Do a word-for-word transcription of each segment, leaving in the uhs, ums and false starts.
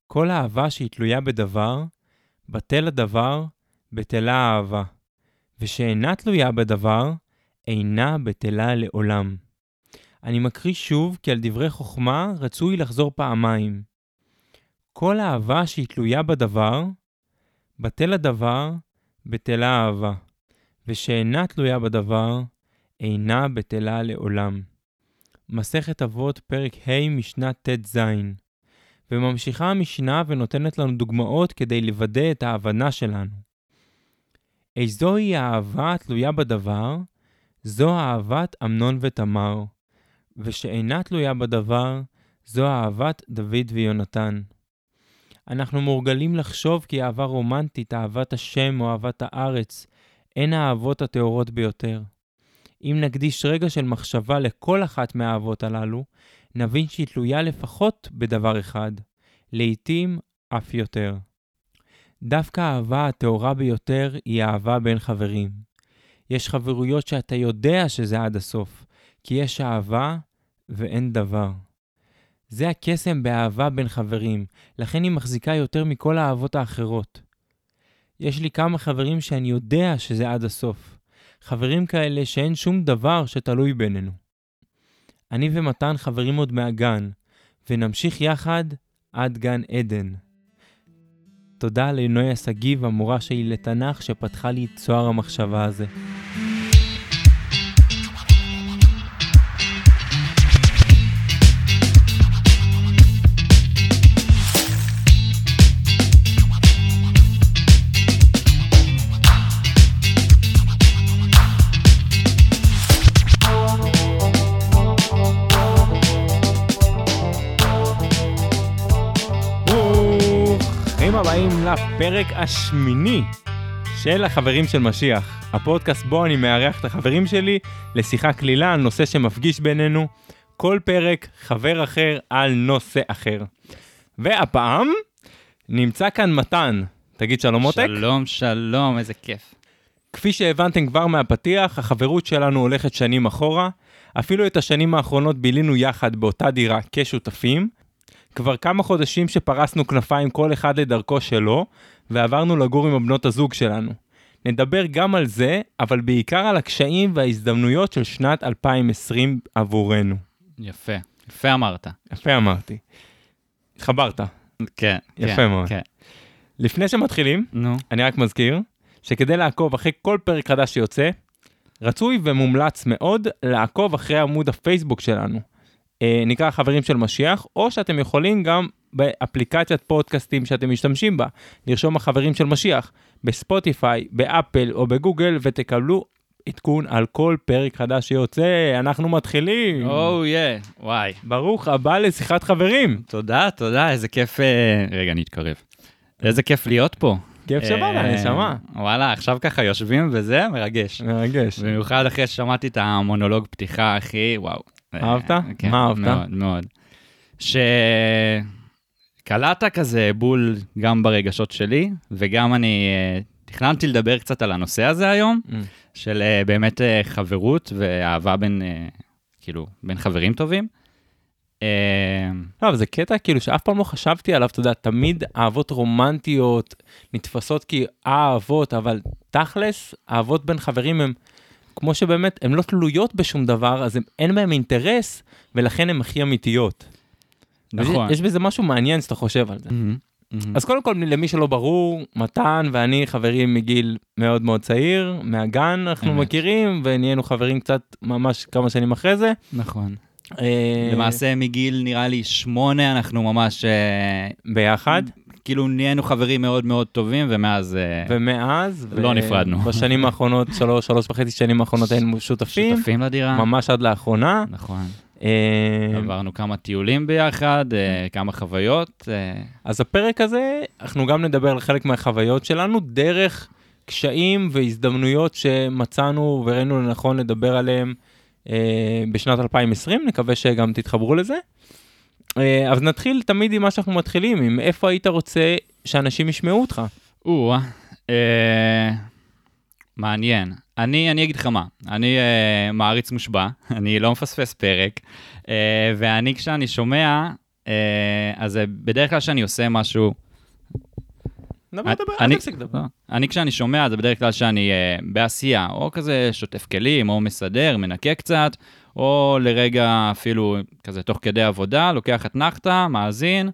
כל אהבה שהיא תלויה בדבר, בטל הדבר, בטלה האהבה. ושאינה תלויה בדבר, אינה בטלה לעולם. אני מקריא שוב כי על דברי חוכמה רצוי לחזור פעמיים. כל אהבה שהיא תלויה בדבר, בטל הדבר, בטלה האהבה. ושאינה תלויה בדבר, אינה בטלה לעולם. מסכת אבות פרק ה' משנה ת' ז'. וממשיכה המשנה ונותנת לנו דוגמאות כדי לוודא את ההבנה שלנו. איזוהי האהבה התלויה בדבר, זו אהבת אמנון ותמר, ושאינה תלויה בדבר, זו אהבת דוד ויונתן. אנחנו מורגלים לחשוב כי אהבה רומנטית, אהבת השם או אהבת הארץ, הן האהבות הטהורות ביותר. אם נקדיש רגע של מחשבה לכל אחת מהאהבות הללו, נבין שהיא תלויה לפחות בדבר אחד, לעתים אף יותר. דווקא האהבה הטהורה ביותר היא האהבה בין חברים. יש חברויות שאתה יודע שזה עד הסוף, כי יש אהבה ואין דבר. זה הקסם באהבה בין חברים, לכן היא מחזיקה יותר מכל האהבות האחרות. יש לי כמה חברים שאני יודע שזה עד הסוף. חברים כאלה שאין שום דבר שתלוי בינינו. אני ומתן חברים עוד מהגן, ונמשיך יחד עד גן עדן. תודה לנויה סגיב, המורה שלי לתנ"ך, שפתחה לי את צוהר המחשבה הזה. הבאים לפרק השמיני של החברים של משיח, הפודקאסט בו אני מארח את החברים שלי לשיחה כלילה על נושא שמפגיש בינינו, כל פרק חבר אחר על נושא אחר. והפעם נמצא כאן מתן. תגיד שלום מותק. שלום, שלום, איזה כיף. כפי שהבנתם כבר מהפתיח, החברות שלנו הולכת שנים אחורה, אפילו את השנים האחרונות בילינו יחד באותה דירה כשותפים, כבר כמה חודשים שפרסנו כנפיים כל אחד לדרכו שלו, ועברנו לגור עם הבנות הזוג שלנו. נדבר גם על זה, אבל בעיקר על הקשיים וההזדמנויות של שנת אלפיים עשרים עבורנו. יפה, יפה אמרת. יפה אמרתי. חברת. כן, יפה כן, מאוד. כן. לפני שמתחילים, נו. אני רק מזכיר, שכדי לעקוב אחרי כל פרק חדש שיוצא, רצוי ומומלץ מאוד לעקוב אחרי עמוד הפייסבוק שלנו. נקרא חברים של משיח, או שאתם יכולים גם באפליקציית פודקאסטים שאתם משתמשים בה, לרשום החברים של משיח, בספוטיפיי, באפל או בגוגל, ותקבלו עדכון על כל פרק חדש שיוצא. אנחנו מתחילים. או יא, וואי. ברוך הבא לשיחת חברים. תודה, תודה, איזה כיף, רגע, אני אתקרב. איזה כיף להיות פה. כיף שבא, אני שמע. וואלה, עכשיו ככה יושבים וזה מרגש. מרגש. במיוחד אחרי ששמעתי את המונולוג פתיחה, אחי, וואו. אהבת? כן, מה אהבת? מאוד, מאוד. שקלעת כזה בול גם ברגשות שלי, וגם אני תכננתי לדבר קצת על הנושא הזה היום, Mm. של באמת חברות ואהבה בין, כאילו, בין חברים טובים. לא, אבל זה קטע כאילו שאף פעם לא חשבתי עליו, אתה יודע, תמיד אהבות רומנטיות נתפסות כאהבות, אבל תכלס, אהבות בין חברים הם, כמו שבאמת, הן לא תלויות בשום דבר, אז הם, אין בהם אינטרס, ולכן הן הכי אמיתיות. נכון. יש בזה משהו מעניין שאתה חושב על זה. Mm-hmm. Mm-hmm. אז קודם כל, למי שלא ברור, מתן ואני חברים מגיל מאוד מאוד צעיר, מהגן אנחנו אמת. מכירים, ונהיינו חברים קצת ממש כמה שנים אחרי זה. נכון. למעשה מגיל נראה לי שמונה, אנחנו ממש ביחד. כאילו נהיינו חברים מאוד מאוד טובים, ומאז ומאז לא נפרדנו. בשנים האחרונות, שלוש, שלוש וחצי שנים האחרונות היינו שותפים. שותפים לדירה. ממש עד לאחרונה. נכון. עברנו כמה טיולים ביחד, כמה חוויות. אז הפרק הזה, אנחנו גם נדבר על חלק מהחוויות שלנו, דרך קשיים והזדמנויות שמצאנו וראינו לנכון לדבר עליהם בשנת אלפיים עשרים, נקווה שגם תתחברו לזה. אז נתחיל תמיד עם מה שאנחנו מתחילים, עם איפה היית רוצה שאנשים ישמעו אותך? או, מעניין. אני, אני אגיד לך מה, אני מעריץ מושבע, אני לא מפספס פרק, ואני כשאני שומע אז בדרך כלל שאני עושה משהו... דבר, דבר, אל תפסיק דבר. אני כשאני שומע, זה בדרך כלל שאני בעשייה, או כזה שוטף כלים, או מסדר, מנקה קצת, או לרגע אפילו כזה תוך כדי עבודה, לוקח את נחתה, מאזין,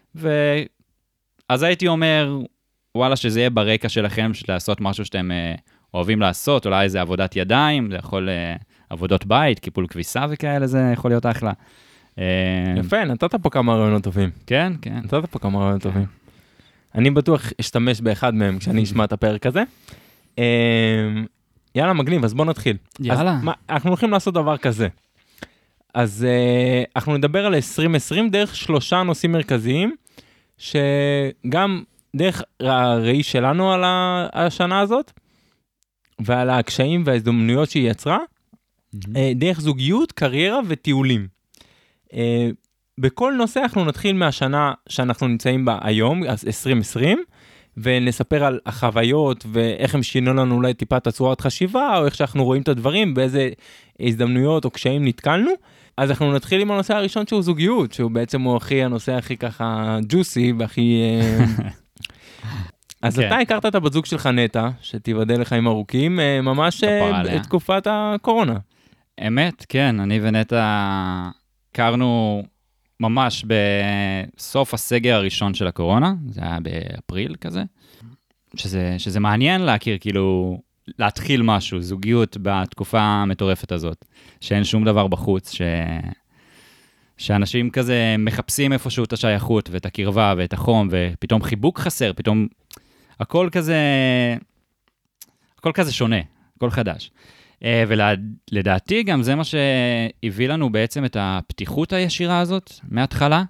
ואז הייתי אומר, וואלה, שזה יהיה ברקע שלכם, של לעשות משהו שאתם אוהבים לעשות, אולי איזה עבודת ידיים, זה יכול עבודות בית, קיפול כביסה וכאלה, זה יכול להיות אחלה. יפה, נתת פה כמה רעיונות טובים. כן, כן. נתת פה כמה רעיונות טובים. אני בטוח אשתמש באחד מהם כשאני אשמע את הפרק הזה. יאללה, מגניב, אז בוא נתחיל. יאללה. אנחנו הולכים לעשות דבר כזה. אז אנחנו נדבר על עשרים עשרים דרך שלושה נושאים מרכזיים, שגם דרך הראי שלנו על השנה הזאת, ועל הקשיים וההזדמנויות שהיא יצרה, דרך זוגיות, קריירה וטיולים. בכל נושא אנחנו נתחיל מהשנה שאנחנו נמצאים בה היום, אז עשרים עשרים, ונספר על החוויות ואיך הם שינו לנו אולי טיפה את הצורת חשיבה, או איך שאנחנו רואים את הדברים, באיזה הזדמנויות או קשיים נתקלנו. אז אנחנו נתחיל עם הנושא הראשון שהוא זוגיות, שהוא בעצם הוא הכי, הנושא הכי ככה ג'וסי והכי... אז אתה הכרת את הבת זוג שלך נטע, שתיבדל לחיים ארוכים, ממש בתקופת הקורונה. אמת, כן, אני ונטע הכרנו ממש בסוף הסגר הראשון של הקורונה, זה היה באפריל כזה, שזה, שזה מעניין להכיר, כאילו, להתחיל משהו, זוגיות בתקופה המטורפת הזאת, שאין שום דבר בחוץ, ש... שאנשים כזה מחפשים איפשהו את השייכות ואת הקרבה ואת החום, ופתאום חיבוק חסר, פתאום הכל כזה, הכל כזה שונה, הכל חדש. ולדעתי גם זה מה שהביא לנו בעצם את הפתיחות הישירה הזאת מההתחלה,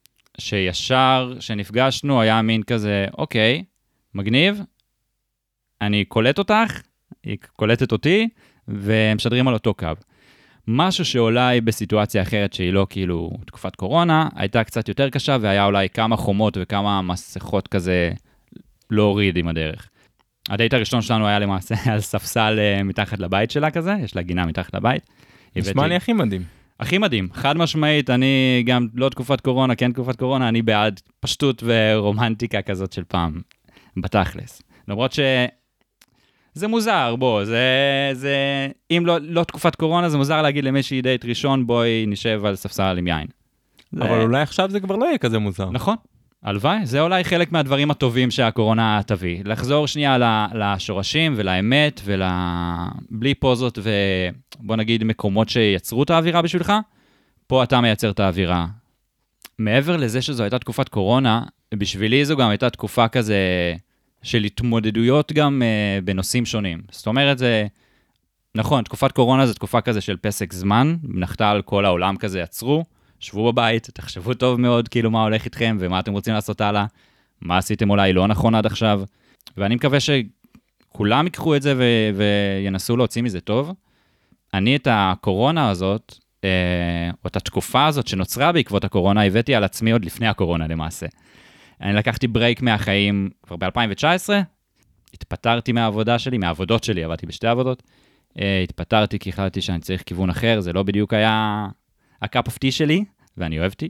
שישר שנפגשנו היה מין כזה, אוקיי, מגניב, אני קולט אותך, היא קולטת אותי, ומשדרים על אותו קו. משהו שאולי בסיטואציה אחרת שהיא לא כאילו תקופת קורונה, הייתה קצת יותר קשה, והיה אולי כמה חומות וכמה מסכות כזה להוריד עם הדרך. הדייט הראשון שלנו היה למעשה על ספסל מתחת לבית שלה כזה, יש לה גינה מתחת לבית. נשמע לי הכי מדהים. הכי מדהים, חד משמעית, אני גם לא תקופת קורונה, כן תקופת קורונה, אני בעד פשטות ורומנטיקה כזאת של פעם, בתכלס. למרות שזה מוזר, בוא, זה, זה, אם לא, לא תקופת קורונה, זה מוזר להגיד למישהי דייט ראשון, בואי נשב על ספסל עם יין. אבל זה... אולי עכשיו זה כבר לא יהיה כזה מוזר. נכון. הלוואי, זה אולי חלק מהדברים הטובים שהקורונה תביא. לחזור שנייה לשורשים ולאמת ולבלי פוזות ובוא נגיד מקומות שיצרו את האווירה בשבילך, פה אתה מייצר את האווירה. מעבר לזה שזו הייתה תקופת קורונה, בשבילי זו גם הייתה תקופה כזה של התמודדויות גם uh, בנושאים שונים. זאת אומרת, זה, נכון, תקופת קורונה זו תקופה כזה של פסק זמן, נחתה על כל העולם כזה יצרו, שבו בבית, תחשבו טוב מאוד כאילו מה הולך איתכם ומה אתם רוצים לעשות הלאה, מה עשיתם אולי לא נכון עד עכשיו, ואני מקווה שכולם ייקחו את זה ו- וינסו להוציא מזה טוב. אני את הקורונה הזאת, אה, או את התקופה הזאת שנוצרה בעקבות הקורונה, הבאתי על עצמי עוד לפני הקורונה למעשה. אני לקחתי ברייק מהחיים כבר ב-אלפיים תשע עשרה, התפטרתי מהעבודה שלי, מהעבודות שלי, עבדתי בשתי עבודות, אה, התפטרתי כי החלטתי שאני צריך כיוון אחר, זה לא בדיוק היה... הקאפ אוף טי שלי, ואני אוהבתי,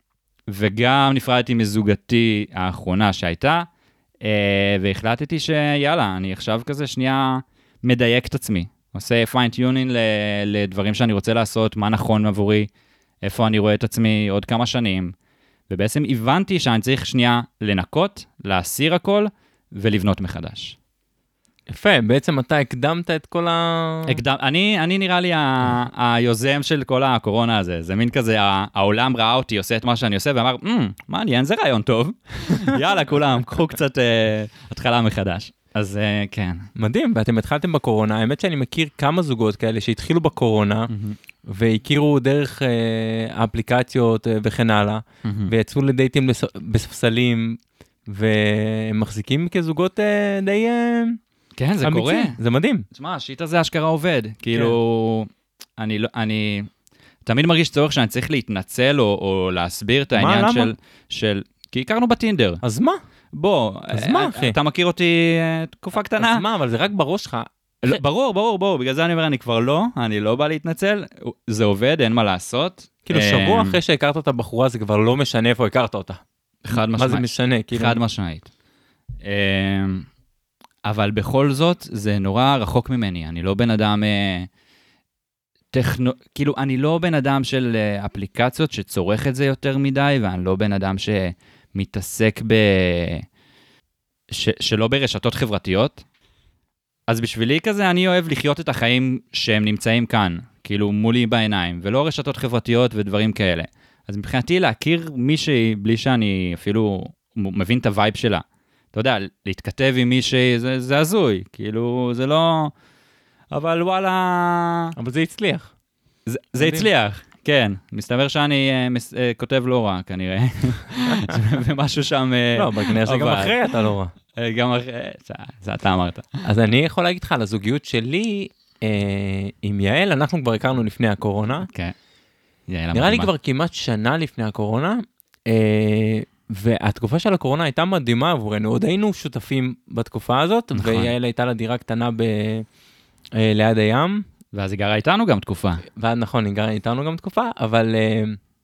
וגם נפרדתי מזוגתי האחרונה שהייתה, והחלטתי שיאללה, אני עכשיו כזה שנייה מדייק את עצמי, עושה פיין-טיונינג לדברים שאני רוצה לעשות, מה נכון עבורי, איפה אני רואה את עצמי עוד כמה שנים, ובעצם הבנתי שאני צריך שנייה לנקות, להסיר הכל, ולבנות מחדש. יפה, בעצם אתה הקדמת את כל ה... הקדם, אני, אני נראה לי ה, היוזם של כל הקורונה הזה, זה מין כזה, העולם ראה אותי, עושה את מה שאני עושה, ואמר, מעניין, זה רעיון טוב, יאללה, כולם, קחו קצת אה, התחלה מחדש. אז אה, כן. מדהים, ואתם התחלתם בקורונה, האמת שאני מכיר כמה זוגות כאלה שהתחילו בקורונה, והכירו דרך אה, האפליקציות אה, וכן הלאה, ויצאו לדייטים בס... בספסלים, והם מחזיקים כזוגות אה, די... אה, כן, זה אמיתי, קורה. זה מדהים. תשמע, השיט הזה אשכרה עובד. כאילו, אני, אני תמיד מרגיש צורך שאני צריך להתנצל או, או להסביר את העניין מה, של, למה? של... כי הכרנו בטינדר. אז מה? בוא, אז מה, אחי? אתה מכיר אותי תקופה קטנה. אז מה, אבל זה רק בראש שלך. לא, ברור, ברור, ברור. בגלל זה אני אומר, אני כבר לא, אני לא בא להתנצל. זה עובד, אין מה לעשות. כאילו אה, שבוע אחרי שהכרת את הבחורה, זה כבר לא משנה איפה הכרת אותה. חד מה זה משמעית. משנה? כאילו... חד משמעית. אה, אבל בכל זאת, זה נורא רחוק ממני. אני לא בן אדם... אה, טכנו... כאילו, אני לא בן אדם של אה, אפליקציות שצורך את זה יותר מדי, ואני לא בן אדם שמתעסק ב... ש... שלא ברשתות חברתיות. אז בשבילי כזה, אני אוהב לחיות את החיים שהם נמצאים כאן, כאילו מולי בעיניים, ולא רשתות חברתיות ודברים כאלה. אז מבחינתי להכיר מישהי, בלי שאני אפילו מבין את הווייב שלה. אתה יודע, להתכתב עם מישהי, זה, זה הזוי, כאילו, זה לא... אבל וואלה... אבל זה הצליח. זה, זה הצליח, כן. מסתבר שאני uh, מס, uh, כותב לא רע, כנראה. ומשהו שם... Uh, לא, אבל כנראה שגם אחרי אתה לא רע. גם אחרי, זה, זה אתה אמרת. אז אני יכול להגיד לך, על הזוגיות שלי, אה, עם יעל, אנחנו כבר הכרנו לפני הקורונה. כן. נראה לי כבר כמעט שנה לפני הקורונה, אה, והתקופה של הקורונה הייתה מדהימה עבורנו, עוד היינו שותפים בתקופה הזאת, נכון. ויעל הייתה לה דירה קטנה ב, אה, ליד הים. ואז היא גרה איתנו גם תקופה. ואז נכון, היא גרה איתנו גם תקופה, אבל... אה,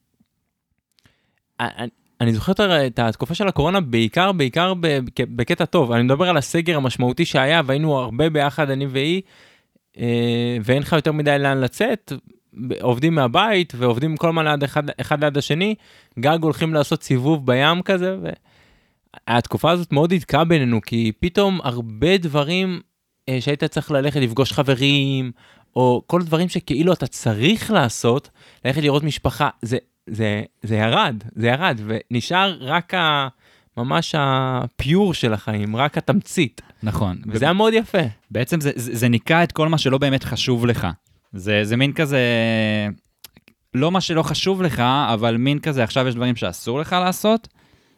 אני, אני זוכר את התקופה של הקורונה בעיקר, בעיקר בקטע טוב. אני מדבר על הסגר המשמעותי שהיה, והיינו הרבה ביחד, אני והיא, ואין לך יותר מדי לאן לצאת, עובדים מהבית, ועובדים כל הזמן אחד, אחד ליד השני, גג הולכים לעשות סיבוב בים כזה, והתקופה הזאת מאוד התקעה בינינו, כי פתאום הרבה דברים שהיית צריך ללכת לפגוש חברים, או כל דברים שכאילו אתה צריך לעשות, ללכת לראות משפחה, זה... זה, זה ירד, זה ירד, ונשאר רק ה, ממש הפיור של החיים, רק התמצית. נכון. וזה ב- היה מאוד יפה. בעצם זה, זה, זה ניקה את כל מה שלא באמת חשוב לך. זה, זה מין כזה, לא מה שלא חשוב לך, אבל מין כזה, עכשיו יש דברים שאסור לך לעשות,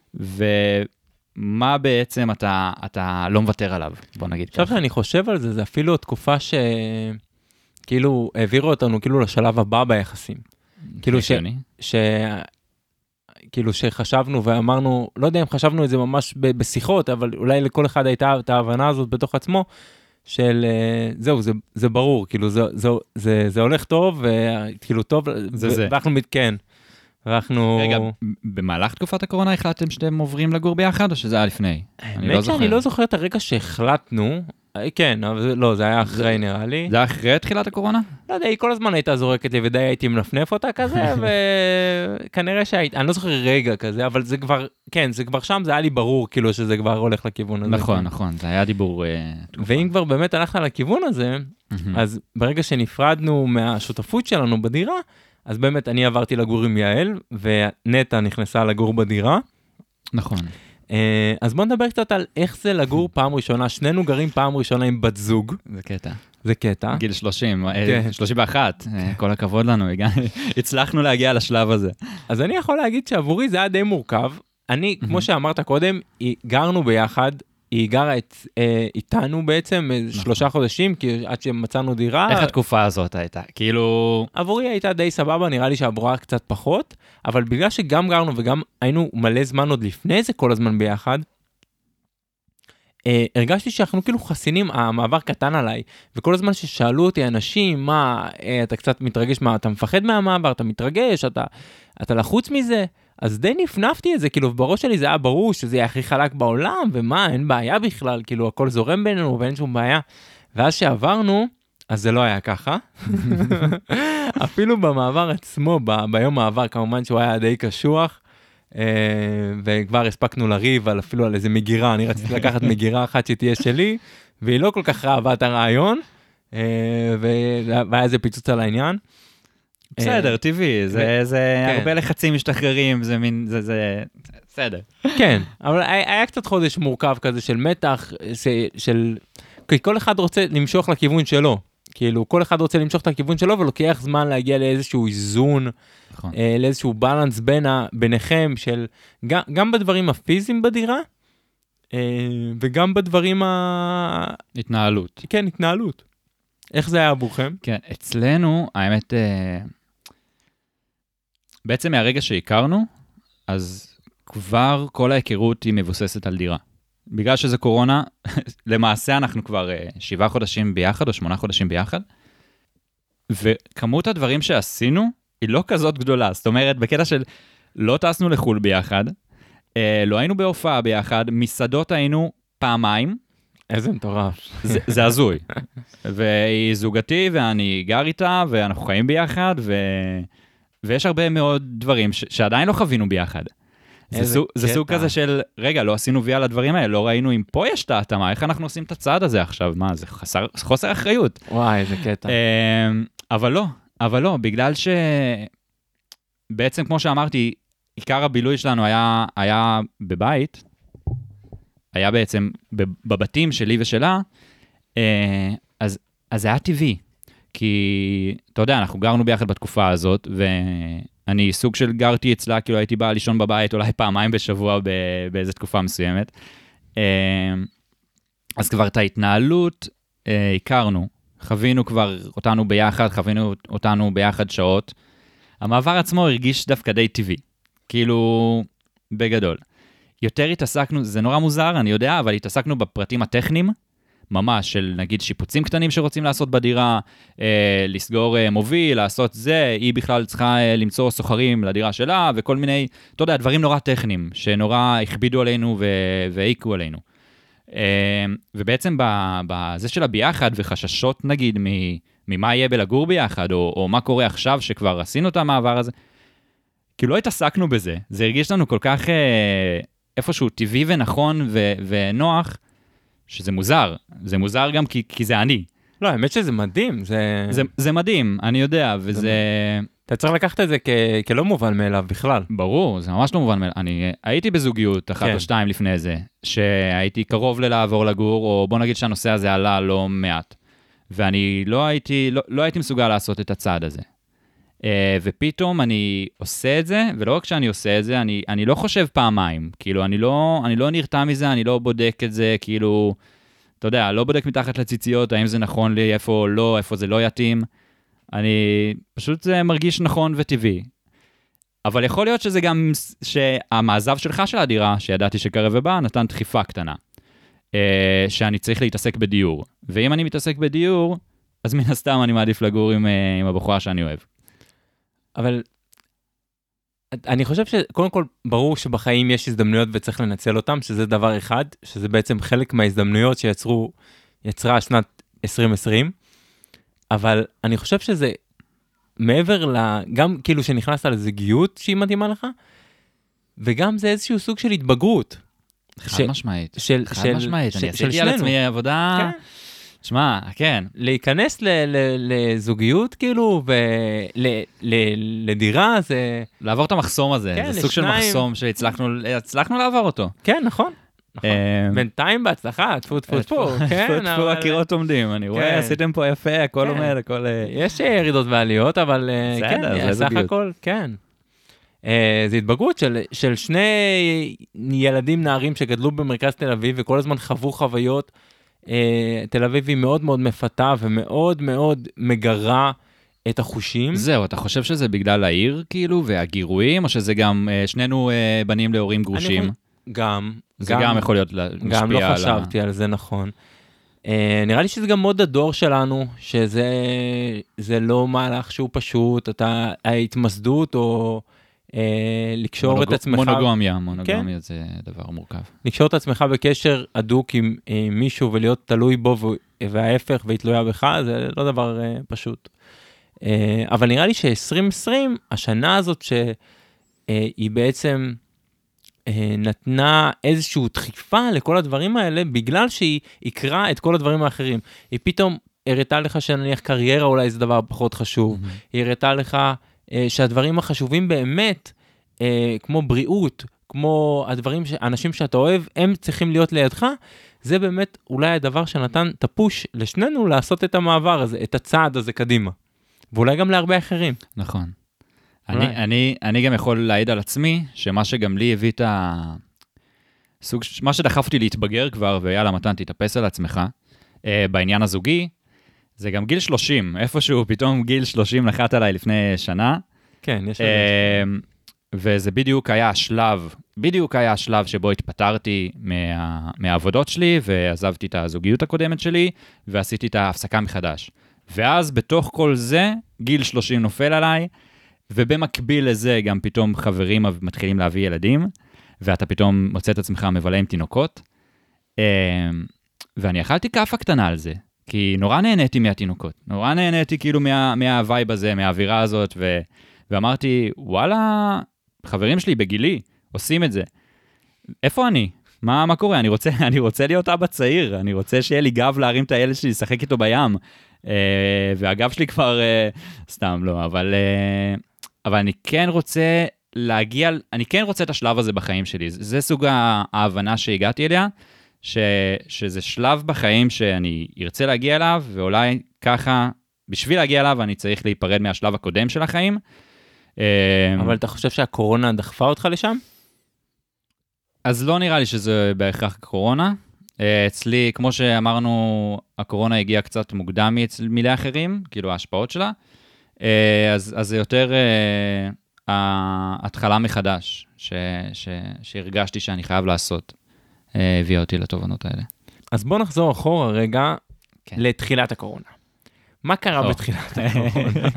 ומה בעצם אתה, אתה לא מוותר עליו, בוא נגיד ככה. עכשיו שאני חושב על זה, זה אפילו תקופה שכאילו העבירו אותנו כאילו לשלב הבא ביחסים. כאילו ש... ש... כאילו שחשבנו ואמרנו, לא יודע אם חשבנו את זה ממש ב... בשיחות, אבל אולי לכל אחד הייתה את ההבנה הזאת בתוך עצמו, של זהו, זה, זה ברור, כאילו זה, זה, זה, זה הולך טוב, וכאילו טוב, זה ו... זה. ואנחנו כן, ואנחנו... רגע, במהלך תקופת הקורונה החלטתם שאתם עוברים לגור ביחד, או שזה היה לפני? אני לא זוכר. אני לא זוכר את הרגע שהחלטנו, כן, אבל לא, זה היה אחרי נראה לי. זה היה אחרי תחילת הקורונה? לא יודע, היא כל הזמן הייתה זורקת לי, ודי הייתי מנפנף אותה כזה, וכנראה שהייתי, אני לא זוכר רגע כזה, אבל זה כבר, כן, זה כבר שם, זה היה לי ברור, כאילו, שזה כבר הולך לכיוון הזה. נכון, נכון, זה היה דיבור... ואם כבר באמת הלכת לכיוון הזה, אז ברגע שנפרדנו מהשותפות שלנו בדירה, אז באמת אני עברתי לגור עם יעל, ונטה נכנסה לגור בדירה. נכון. אז בוא נדבר קצת על איך זה לגור פעם ראשונה, שנינו גרים פעם ראשונה עם בת זוג. זה קטע. זה קטע. גיל שלושים, שלושים ואחת, כל הכבוד לנו, הצלחנו להגיע לשלב הזה. אז אני יכול להגיד שעבורי זה היה די מורכב. אני, כמו שאמרת קודם, גרנו ביחד, היא גרה איתנו בעצם שלושה חודשים, כי עד שמצאנו דירה... איך התקופה הזאת הייתה? כאילו... עבורי הייתה די סבבה, נראה לי שעבורה קצת פחות, אבל בגלל שגם גרנו וגם היינו מלא זמן עוד לפני זה כל הזמן ביחד, הרגשתי שאנחנו כאילו חסינים, המעבר קטן עליי, וכל הזמן ששאלו אותי אנשים, מה, אתה קצת מתרגש, מה, אתה מפחד מהמעבר, אתה מתרגש, אתה, אתה לחוץ מזה, אז די נפנפתי את זה, כאילו, בראש שלי זה היה ברור שזה יהיה הכי חלק בעולם, ומה, אין בעיה בכלל, כאילו, הכל זורם בינינו, ואין שום בעיה. ואז שעברנו, אז זה לא היה ככה. אפילו במעבר עצמו, ב- ביום מעבר, כמובן שהוא היה די קשוח, וכבר הספקנו לריב על אפילו על איזה מגירה, אני רציתי לקחת מגירה אחת שתהיה שלי, והיא לא כל כך אהבה את הרעיון, והיה איזה פיצוץ על העניין. בסדר, טבעי, זה הרבה לחצים משתחררים, זה מין, זה בסדר. כן, אבל היה קצת חודש מורכב כזה של מתח, של, כי כל אחד רוצה למשוך לכיוון שלו, כאילו כל אחד רוצה למשוך את הכיוון שלו, ולוקח זמן להגיע לאיזשהו איזון, לאיזשהו בלנס ביניכם, של גם בדברים הפיזיים בדירה, וגם בדברים ה... התנהלות. כן, התנהלות. איך זה היה עבורכם? כן, אצלנו, האמת, בעצם מהרגע שהכרנו, אז כבר כל ההיכרות היא מבוססת על דירה. בגלל שזה קורונה, למעשה אנחנו כבר שבעה חודשים ביחד, או שמונה חודשים ביחד, וכמות הדברים שעשינו, היא לא כזאת גדולה, זאת אומרת, בקטע של לא טסנו לחול ביחד, אה, לא היינו בהופעה ביחד, מסעדות היינו פעמיים. איזה מטורף. זה, זה הזוי. והיא זוגתי, ואני גר איתה, ואנחנו חיים ביחד, ו... ויש הרבה מאוד דברים ש... שעדיין לא חווינו ביחד. זה סוג, זה סוג כזה של, רגע, לא עשינו וי על הדברים האלה, לא ראינו אם פה יש את ההתאמה, איך אנחנו עושים את הצעד הזה עכשיו? מה, זה חסר, חוסר אחריות. וואי, איזה קטע. אבל לא, אבל לא, בגלל ש... בעצם, כמו שאמרתי, עיקר הבילוי שלנו היה, היה בבית, היה בעצם בבתים שלי ושלה, אז, אז זה היה טבעי. כי, אתה יודע, אנחנו גרנו ביחד בתקופה הזאת, ואני סוג של גרתי אצלה, כאילו הייתי בא לישון בבית אולי פעמיים בשבוע באיזו תקופה מסוימת. אז כבר את ההתנהלות הכרנו, חווינו כבר אותנו ביחד, חווינו אותנו ביחד שעות. המעבר עצמו הרגיש דווקא די טבעי, כאילו בגדול. יותר התעסקנו, זה נורא מוזר, אני יודע, אבל התעסקנו בפרטים הטכניים, ממש, של נגיד שיפוצים קטנים שרוצים לעשות בדירה, אה, לסגור אה, מוביל, לעשות זה, היא בכלל צריכה אה, למצוא סוחרים לדירה שלה, וכל מיני, אתה יודע, דברים נורא טכניים, שנורא הכבידו עלינו והעיקו עלינו. אה, ובעצם בזה שלה ביחד, וחששות נגיד ממה יהיה בלגור ביחד, או, או מה קורה עכשיו שכבר עשינו את המעבר הזה, כאילו לא התעסקנו בזה, זה הרגיש לנו כל כך אה, איפשהו טבעי ונכון ו- ונוח, שזה מוזר, זה מוזר גם כי, כי זה אני. לא, האמת שזה מדהים, זה... זה, זה מדהים, אני יודע, וזה... אתה צריך לקחת את זה כ... כלא מובן מאליו בכלל. ברור, זה ממש לא מובן מאליו. אני הייתי בזוגיות אחת כן. או שתיים לפני זה, שהייתי קרוב ללעבור לגור, או בוא נגיד שהנושא הזה עלה לא מעט, ואני לא הייתי, לא, לא הייתי מסוגל לעשות את הצעד הזה. Uh, ופתאום אני עושה את זה, ולא רק שאני עושה את זה, אני, אני לא חושב פעמיים, כאילו, אני לא, אני לא נרתע מזה, אני לא בודק את זה, כאילו, אתה יודע, לא בודק מתחת לציציות, האם זה נכון לי, איפה לא, איפה זה לא יתאים, אני, פשוט זה מרגיש נכון וטבעי. אבל יכול להיות שזה גם, שהמעזב שלך של הדירה, שידעתי שקרב ובא, נתן דחיפה קטנה, uh, שאני צריך להתעסק בדיור, ואם אני מתעסק בדיור, אז מן הסתם אני מעדיף לגור עם, uh, עם הבחורה שאני אוהב. אבל אני חושב שקודם כל ברור שבחיים יש הזדמנויות וצריך לנצל אותם, שזה דבר אחד, שזה בעצם חלק מההזדמנויות שיצרו, יצרה שנת עשרים עשרים, אבל אני חושב שזה מעבר ל... גם כאילו שנכנסת לזוגיות שהיא מדהימה לך, וגם זה איזשהו סוג של התבגרות. חד משמעית. של, חד של, משמעית. של, אני של עשיתי על עצמי עבודה... כן. תשמע, כן. להיכנס ל- ל- לזוגיות, כאילו, ולדירה, זה... לעבור את המחסום הזה, כן, זה סוג של לשניים. מחסום שהצלחנו לעבור אותו. כן, נכון. נכון. בינתיים בהצלחה, תפו תפו תפו. כן, תפו תפו, הקירות עומדים, אני רואה, עשיתם פה יפה, הכל עומד, הכל... יש ירידות ועליות, אבל כן, סך הכל, כן. זה התבגרות של שני ילדים נערים שגדלו במרכז תל אביב, וכל הזמן חוו חוויות, תל אביב היא מאוד מאוד מפתה ומאוד מאוד מגרה את החושים. זהו, אתה חושב שזה בגלל העיר כאילו והגירויים, או שזה גם שנינו בנים להורים גרושים? גם. זה גם יכול להיות משפיע על... גם לא חשבתי על זה, נכון. נראה לי שזה גם מאוד הדור שלנו, שזה לא מהלך שהוא פשוט, אתה ההתמסדות או... לקשור את עצמך... מונוגמיה, מונוגמיה זה דבר מורכב. לקשור את עצמך בקשר הדוק עם מישהו ולהיות תלוי בו וההפך והיא תלויה בך, זה לא דבר פשוט. אבל נראה לי ש-עשרים עשרים, השנה הזאת שהיא בעצם נתנה איזושהי דחיפה לכל הדברים האלה, בגלל שהיא יקרה את כל הדברים האחרים. היא פתאום הראתה לך שנניח קריירה אולי זה דבר פחות חשוב. היא הראתה לך... שהדברים החשובים באמת, כמו בריאות, כמו הדברים, האנשים שאתה אוהב, הם צריכים להיות לידך, זה באמת אולי הדבר שנתן את הפוש לשנינו לעשות את המעבר הזה, את הצעד הזה קדימה. ואולי גם להרבה אחרים. נכון. אני, אני, אני גם יכול להעיד על עצמי, שמה שגם לי הביא את ה... סוג, מה שדחפתי להתבגר כבר, ויאללה מתן, תתאפס על עצמך, בעניין הזוגי, זה גם גיל שלושים, איפשהו פתאום גיל שלושים נחת עליי לפני שנה. כן, יש לזה. וזה בדיוק היה השלב, בדיוק היה השלב שבו התפטרתי מה, מהעבודות שלי, ועזבתי את הזוגיות הקודמת שלי, ועשיתי את ההפסקה מחדש. ואז בתוך כל זה, גיל שלושים נופל עליי, ובמקביל לזה גם פתאום חברים מתחילים להביא ילדים, ואתה פתאום מוצא את עצמך מבלה עם תינוקות, ואני אכלתי כאפה קטנה על זה, כי נורא נהניתי מהתינוקות, נורא נהניתי כאילו מה, מהווייב הזה, מהאווירה הזאת, ו, ואמרתי, וואלה, חברים שלי בגילי עושים את זה. איפה אני? מה, מה קורה? אני רוצה, אני רוצה להיות אבא צעיר, אני רוצה שיהיה לי גב להרים את הילד שלי, לשחק איתו בים, והגב שלי כבר, סתם לא, אבל, אבל אני כן רוצה להגיע, אני כן רוצה את השלב הזה בחיים שלי, זה סוג ההבנה שהגעתי אליה, ש, שזה שלב בחיים שאני ארצה להגיע אליו, ואולי ככה, בשביל להגיע אליו, אני צריך להיפרד מהשלב הקודם של החיים. אבל אתה חושב שהקורונה דחפה אותך לשם? אז לא נראה לי שזה בהכרח קורונה. אצלי, כמו שאמרנו, הקורונה הגיעה קצת מוקדם מלא אחרים, כאילו ההשפעות שלה, אז, אז זה יותר ההתחלה מחדש, ש, ש, שהרגשתי שאני חייב לעשות. הביאה אותי לתובנות האלה. אז בוא נחזור אחורה רגע כן. לתחילת הקורונה. מה קרה oh. בתחילת הקורונה?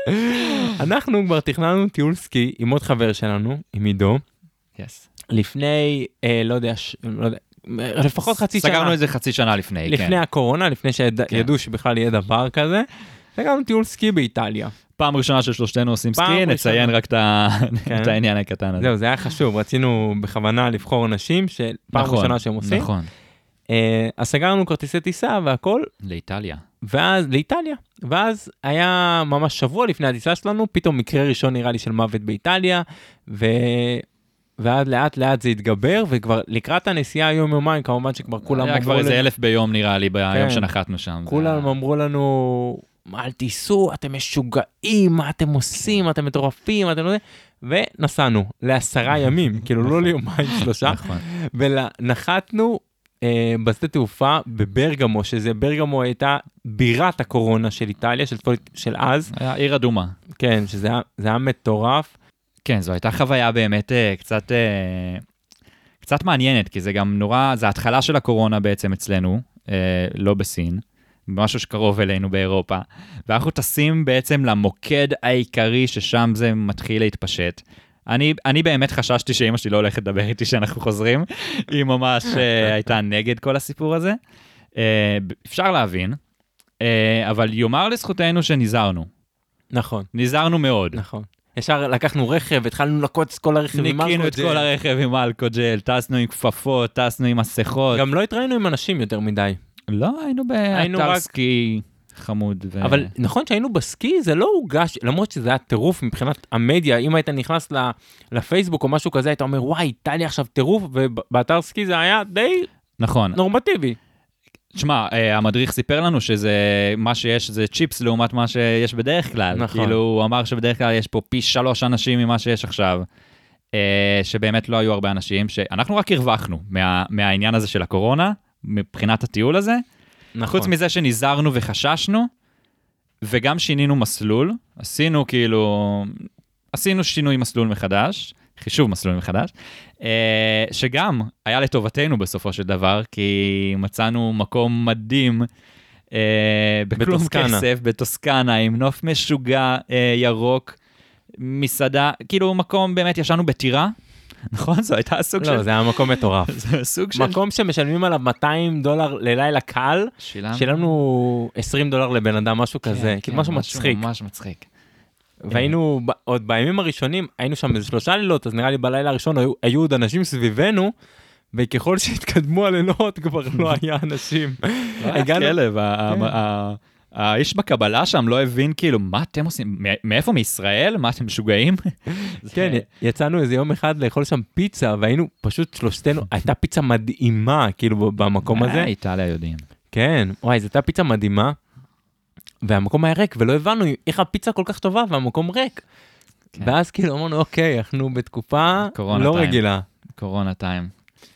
אנחנו כבר תכננו טיול סקי עם עוד חבר שלנו, עם עידו, yes. לפני, אה, לא יודע, ש... לא יודע, לפחות חצי סגרנו שנה. סגרנו את זה חצי שנה לפני, לפני כן. הקורונה, לפני שידעו כן. שבכלל יהיה דבר כזה, סגרנו טיול סקי באיטליה. פעם ראשונה של שלושתנו עושים סקי, נציין רק את העניין הקטן הזה. זהו, זה היה חשוב, רצינו בכוונה לבחור אנשים שפעם ראשונה שהם עושים. נכון. אז סגרנו כרטיסי טיסה והכל. לאיטליה. ואז, לאיטליה. ואז היה ממש שבוע לפני הטיסה שלנו, פתאום מקרה ראשון נראה לי של מוות באיטליה, ו... ואז לאט לאט זה התגבר, וכבר לקראת הנסיעה יום יומיים, כמובן שכבר כולם אמרו... היה כבר איזה אלף ביום נראה לי, ביום שנחתנו שם. כולם אמרו לנו... אל תיסעו, אתם משוגעים, מה אתם עושים, אתם מטורפים, אתם לא יודעים, ונסענו לעשרה ימים, כאילו לא ליומיים שלושה, ונחתנו אה, בשדה תעופה בברגמו, שזה ברגמו הייתה בירת הקורונה של איטליה, של, של אז. היה עיר אדומה. כן, שזה היה, זה היה מטורף. כן, זו הייתה חוויה באמת אה, קצת, אה, קצת מעניינת, כי זה גם נורא, זה ההתחלה של הקורונה בעצם אצלנו, אה, לא בסין. משהו שקרוב אלינו באירופה, ואנחנו טסים בעצם למוקד העיקרי ששם זה מתחיל להתפשט. אני, אני באמת חששתי שאמא שלי לא הולכת לדבר איתי שאנחנו חוזרים, היא ממש uh, הייתה נגד כל הסיפור הזה. Uh, אפשר להבין, uh, אבל יאמר לזכותנו שנזהרנו. נכון. נזהרנו מאוד. נכון. ישר לקחנו רכב, התחלנו לקוץ כל הרכב עם אלכוג'ל. ניקינו את כל הרכב עם אלכוג'ל, טסנו עם כפפות, טסנו עם מסכות. גם לא התראינו עם אנשים יותר מדי. לא, היינו באתר סקי חמוד. ו... אבל נכון שהיינו בסקי, זה לא הוגש, למרות שזה היה טירוף מבחינת המדיה, אם היית נכנס לפייסבוק או משהו כזה, היית אומר, וואי, איטליה עכשיו טירוף, ובאתר סקי זה היה די נכון. נורמטיבי. תשמע, המדריך סיפר לנו שזה, מה שיש זה צ'יפס לעומת מה שיש בדרך כלל. נכון. כאילו, הוא אמר שבדרך כלל יש פה פי שלוש אנשים ממה שיש עכשיו, שבאמת לא היו הרבה אנשים, שאנחנו רק הרווחנו מה, מהעניין הזה של הקורונה, מבחינת הטיול הזה, נכון. חוץ מזה שנזהרנו וחששנו, וגם שינינו מסלול, עשינו כאילו, עשינו שינוי מסלול מחדש, חישוב מסלול מחדש, שגם היה לטובתנו בסופו של דבר, כי מצאנו מקום מדהים, בכלום בטוסקנה. כסף, בטוסקנה, עם נוף משוגע, ירוק, מסעדה, כאילו מקום באמת ישנו בטירה, נכון? זו הייתה סוג של... לא, זה היה מקום מטורף. זה סוג של... מקום שמשלמים עליו מאתיים דולר ללילה קל, שילמנו עשרים דולר לבן אדם, משהו כזה, כאילו משהו מצחיק. ממש מצחיק. והיינו, עוד בימים הראשונים, היינו שם איזה שלושה לילות, אז נראה לי בלילה הראשון היו עוד אנשים סביבנו, וככל שהתקדמו הלילות כבר לא היה אנשים. לא היה כלב, האיש בקבלה שם לא הבין כאילו, מה אתם עושים? מאיפה מישראל? מה אתם משוגעים? כן, יצאנו איזה יום אחד לאכול שם פיצה, והיינו פשוט שלושתנו, הייתה פיצה מדהימה, כאילו במקום הזה. איטליה יודעים. כן, וואי, זו הייתה פיצה מדהימה, והמקום היה ריק, ולא הבנו איך הפיצה כל כך טובה, והמקום ריק. ואז כאילו אמרנו, אוקיי, אנחנו בתקופה לא רגילה. קורונה טיים.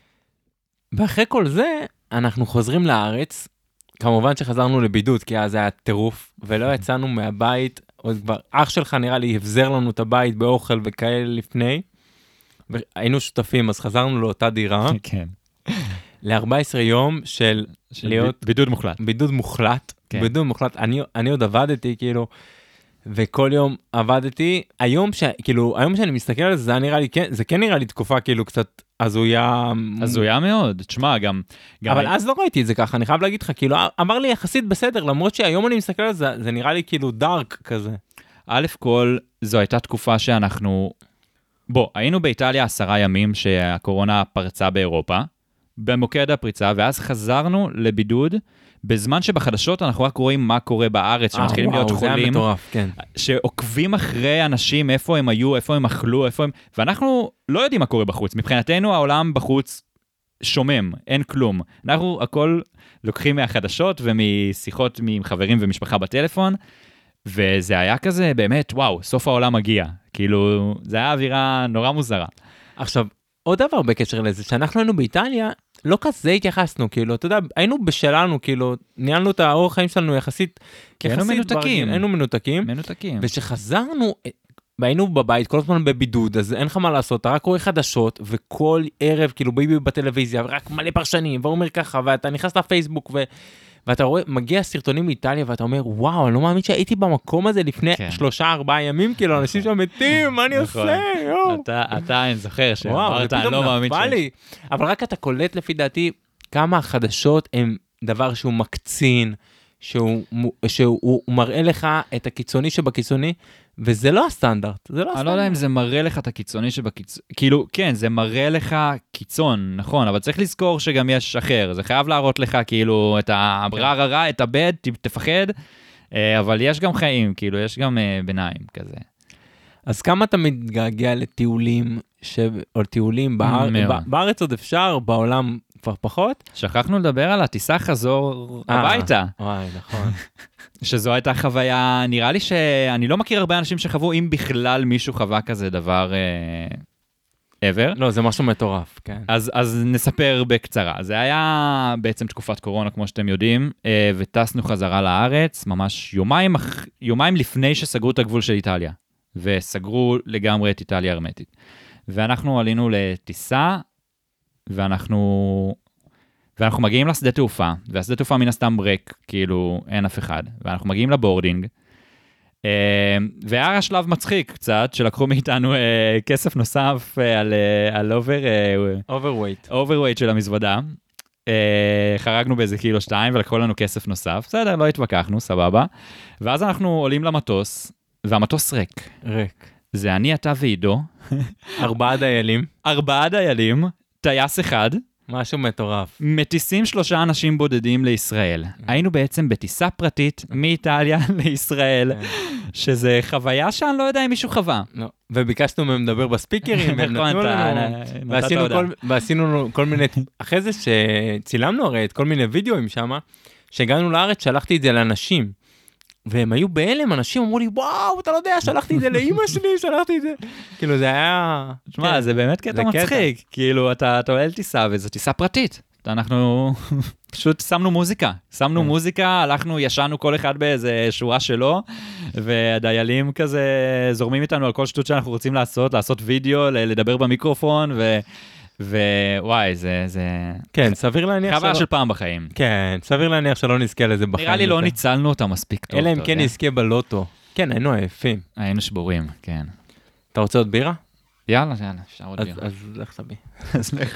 ואחרי כל זה, אנחנו חוזרים לארץ, כמובן שחזרנו לבידוד, כי אז זה היה טירוף, ולא יצאנו מהבית, עוד כבר אח שלך נראה לי הבזר לנו את הבית באוכל וכאלה לפני, והיינו שותפים, אז חזרנו לאותה דירה, כן. ל-ארבעה עשר יום של, של להיות... בידוד מוחלט. בידוד מוחלט, כן. בידוד מוחלט, אני, אני עוד עבדתי כאילו, וכל יום עבדתי, היום ש... כאילו, היום שאני מסתכל על זה, זה נראה לי, כן, זה כן נראה לי תקופה כאילו קצת הזויה. הזויה מאוד, תשמע, גם... גם אבל אני... אז לא ראיתי את זה ככה, אני חייב להגיד לך, כאילו, אמר לי יחסית בסדר, למרות שהיום אני מסתכל על זה, זה נראה לי כאילו דארק כזה. א' כל, זו הייתה תקופה שאנחנו... בוא, היינו באיטליה עשרה ימים שהקורונה פרצה באירופה, במוקד הפריצה, ואז חזרנו לבידוד, בזמן שבחדשות אנחנו רק רואים מה קורה בארץ, שמתחילים להיות חולים. זה היה מטורף, כן. שעוקבים אחרי אנשים, איפה הם היו, איפה הם אכלו, איפה הם... ואנחנו לא יודעים מה קורה בחוץ. מבחינתנו העולם בחוץ שומם, אין כלום. אנחנו הכל לוקחים מהחדשות ומשיחות עם חברים ומשפחה בטלפון, וזה היה כזה באמת, וואו, סוף העולם מגיע. כאילו, זה היה אווירה נורא מוזרה. עכשיו, עוד דבר בקשר לזה, שאנחנו היינו באיטליה, לא כזה התייחסנו, כאילו, אתה יודע, היינו בשלנו, כאילו, ניהלנו את האורח חיים שלנו יחסית, היינו מנותקים. היינו מנותקים. מנותקים. ושחזרנו, והיינו בבית, כל הזמן בבידוד, אז אין לך מה לעשות, אתה רק רואה חדשות, וכל ערב, כאילו, ביבי בטלוויזיה, רק מלא פרשנים, והוא אומר ככה, ואתה נכנס לפייסבוק, ו... ואתה רואה, מגיע סרטונים מאיטליה, ואתה אומר, וואו, אני לא מאמין שהייתי במקום הזה לפני כן. שלושה, ארבעה ימים, כאילו, אנשים שם מתים, מה אני עושה? אתה, אתה, אני זוכר שאמרת, אני לא מאמין לי. אבל רק אתה קולט לפי דעתי, כמה החדשות הם דבר שהוא מקצין, שהוא, שהוא הוא מראה לך את הקיצוני שבקיצוני, וזה לא הסטנדרט, זה לא הסטנדרט. אני לא יודע אם זה מראה לך את הקיצוני שבקיצון, כאילו, כן, זה מראה לך קיצון, נכון, אבל צריך לזכור שגם יש אחר, זה חייב להראות לך כאילו את הברר הרע, את הבד, תפחד, אבל יש גם חיים, כאילו, יש גם ביניים כזה. אז כמה אתה מתגעגע לטיולים, ש... או טיולים באר... בארץ עוד אפשר, בעולם כבר פחות? שכחנו לדבר על הטיסה חזור הביתה. וואי, נכון. שזו הייתה חוויה, נראה לי שאני לא מכיר הרבה אנשים שחוו, אם בכלל מישהו חווה כזה דבר uh, ever. לא, זה משהו מטורף, כן. אז, אז נספר בקצרה. זה היה בעצם תקופת קורונה, כמו שאתם יודעים, uh, וטסנו חזרה לארץ, ממש יומיים, יומיים לפני שסגרו את הגבול של איטליה, וסגרו לגמרי את איטליה הרמטית. ואנחנו עלינו לטיסה, ואנחנו... ואנחנו מגיעים לשדה תעופה, והשדה תעופה מן הסתם ריק, כאילו אין אף אחד, ואנחנו מגיעים לבורדינג, והיה שלב מצחיק קצת, שלקחו מאיתנו כסף נוסף על, על אובר, אוברווייט. אוברווייט של המזוודה, חרגנו באיזה קילו שתיים, ולקחו לנו כסף נוסף, בסדר, לא התווכחנו, סבבה, ואז אנחנו עולים למטוס, והמטוס ריק. ריק. זה אני, אתה ועידו. ארבעה דיילים. ארבעה דיילים, טייס אחד, משהו מטורף. מטיסים שלושה אנשים בודדים לישראל. היינו בעצם בטיסה פרטית מאיטליה לישראל, שזה חוויה שאני לא יודע אם מישהו חווה. וביקשנו מהם לדבר בספיקרים, ועשינו כל מיני, אחרי זה שצילמנו הרי את כל מיני וידאוים שם, שהגענו לארץ, שלחתי את זה לאנשים. והם היו בהלם, אנשים אמרו לי, וואו, אתה לא יודע, שלחתי את זה לאמא שלי, שלחתי את זה. כאילו, זה היה... תשמע, זה באמת קטע מצחיק. כאילו, אתה עולה לטיסה, וזו טיסה פרטית. אנחנו פשוט שמנו מוזיקה. שמנו מוזיקה, הלכנו, ישנו כל אחד באיזה שורה שלו, והדיילים כזה זורמים איתנו על כל שטות שאנחנו רוצים לעשות, לעשות וידאו, לדבר במיקרופון, ו... ווואי, זה, זה... כן, סביר להניח חוויה של פעם בחיים. כן, סביר להניח שלא נזכה לזה בחיים. נראה לי לא ניצלנו אותה מספיק טוב. אלא אם כן נזכה בלוטו. כן, היינו עייפים. היינו שבורים, כן. אתה רוצה עוד בירה? יאללה, יאללה, אפשר עוד בירה. אז לך סבי. אז לך.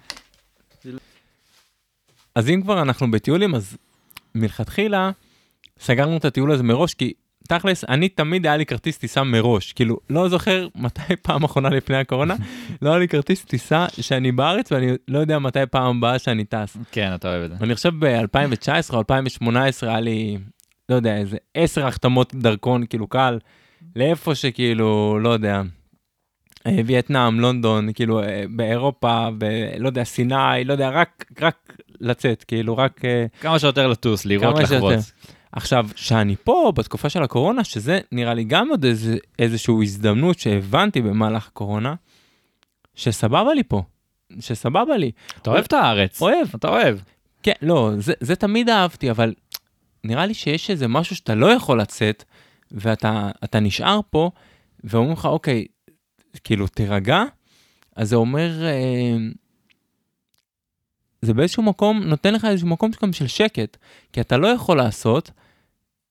אז אם כבר אנחנו בטיולים, אז מלכתחילה סגרנו את הטיול הזה מראש, כי תכלס, אני תמיד היה לי כרטיס טיסה מראש, כאילו, לא זוכר מתי פעם אחרונה לפני הקורונה, לא היה לי כרטיס טיסה שאני בארץ, ואני לא יודע מתי פעם הבאה שאני טס. כן, אתה אוהב את זה. אני חושב ב-אלפיים תשע עשרה או אלפיים שמונה עשרה היה לי, לא יודע, איזה עשר החתמות דרכון, כאילו קל, לאיפה שכאילו, לא יודע, וייטנאם, לונדון, כאילו, באירופה, ב- לא יודע, סיני, לא יודע, רק, רק לצאת, כאילו, רק... כמה שיותר לטוס, לראות, לחוות. עכשיו, שאני פה, בתקופה של הקורונה, שזה נראה לי גם עוד איז, איזשהו הזדמנות שהבנתי במהלך הקורונה, שסבבה לי פה, שסבבה לי. אתה אוהב את הארץ. אוהב. אתה אוהב. כן, לא, זה, זה תמיד אהבתי, אבל נראה לי שיש איזה משהו שאתה לא יכול לצאת, ואתה אתה נשאר פה, ואומרים לך, אוקיי, כאילו, תירגע, אז זה אומר... אה, זה באיזשהו מקום, נותן לך איזשהו מקום גם של שקט, כי אתה לא יכול לעשות,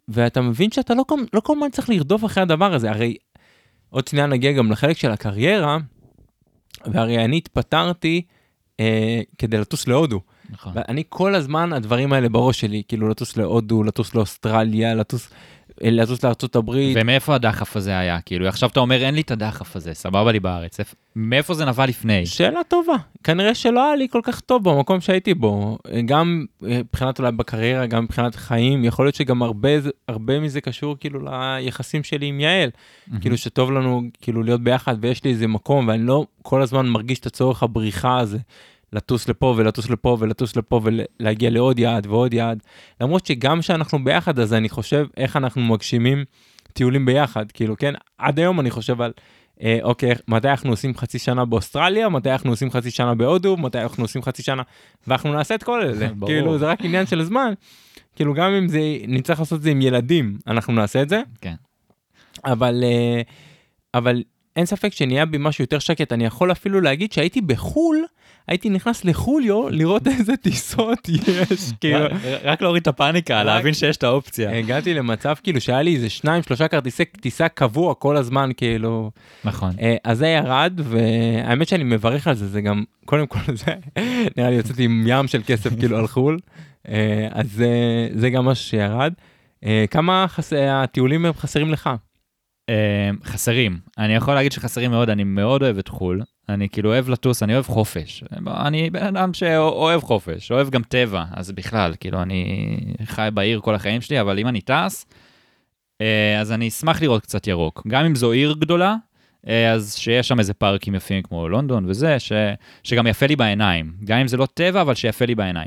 ואתה מבין שאתה לא, לא כל הזמן צריך לרדוף אחרי הדבר הזה, הרי עוד שנייה נגיע גם לחלק של הקריירה, והרי אני התפטרתי אה, כדי לטוס להודו. נכון. ואני כל הזמן, הדברים האלה בראש שלי, כאילו לטוס להודו, לטוס לאוסטרליה, לטוס, לטוס לארצות הברית. ומאיפה הדחף הזה היה? כאילו, עכשיו אתה אומר, אין לי את הדחף הזה, סבבה לי בארץ. מאיפה זה נבע לפני? שאלה טובה. כנראה שלא היה לי כל כך טוב במקום שהייתי בו. גם מבחינת אולי בקריירה, גם מבחינת חיים, יכול להיות שגם הרבה, הרבה מזה קשור כאילו ליחסים שלי עם יעל. Mm-hmm. כאילו שטוב לנו כאילו להיות ביחד, ויש לי איזה מקום, ואני לא כל הזמן מרגיש את הצורך הבריחה הזה. לטוס לפה ולטוס לפה ולטוס לפה ולהגיע לעוד יעד ועוד יעד. למרות שגם שאנחנו ביחד, אז אני חושב איך אנחנו מגשימים טיולים ביחד. כאילו, כן, עד היום אני חושב על, אה, אוקיי, מתי אנחנו עושים חצי שנה באוסטרליה, מתי אנחנו עושים חצי שנה בהודו, מתי אנחנו עושים חצי שנה, ואנחנו נעשה את כל אלה. כאילו, זה רק עניין של זמן. כאילו, גם אם זה, נצטרך לעשות את זה עם ילדים, אנחנו נעשה את זה. כן. אבל, אה, אבל אין ספק שנהיה בי משהו יותר שקט. אני יכול אפילו להגיד שהייתי בחול, הייתי נכנס לחוליו לראות איזה טיסות יש, כאילו. רק להוריד את הפאניקה, להבין שיש את האופציה. הגעתי למצב כאילו שהיה לי איזה שניים, שלושה כרטיסי טיסה קבוע כל הזמן, כאילו. נכון. אז זה ירד, והאמת שאני מברך על זה, זה גם, קודם כל זה, נראה לי יוצאתי עם ים של כסף כאילו על חול, אז זה גם משהו שירד. כמה הטיולים הם חסרים לך? חסרים. אני יכול להגיד שחסרים מאוד, אני מאוד אוהב את חול. אני כאילו אוהב לטוס, אני אוהב חופש. אני בן אדם שאוהב חופש, אוהב גם טבע, אז בכלל, כאילו אני חי בעיר כל החיים שלי, אבל אם אני טס, אז אני אשמח לראות קצת ירוק. גם אם זו עיר גדולה, אז שיש שם איזה פארקים יפים כמו לונדון וזה, ש, שגם יפה לי בעיניים. גם אם זה לא טבע, אבל שיפה לי בעיניים.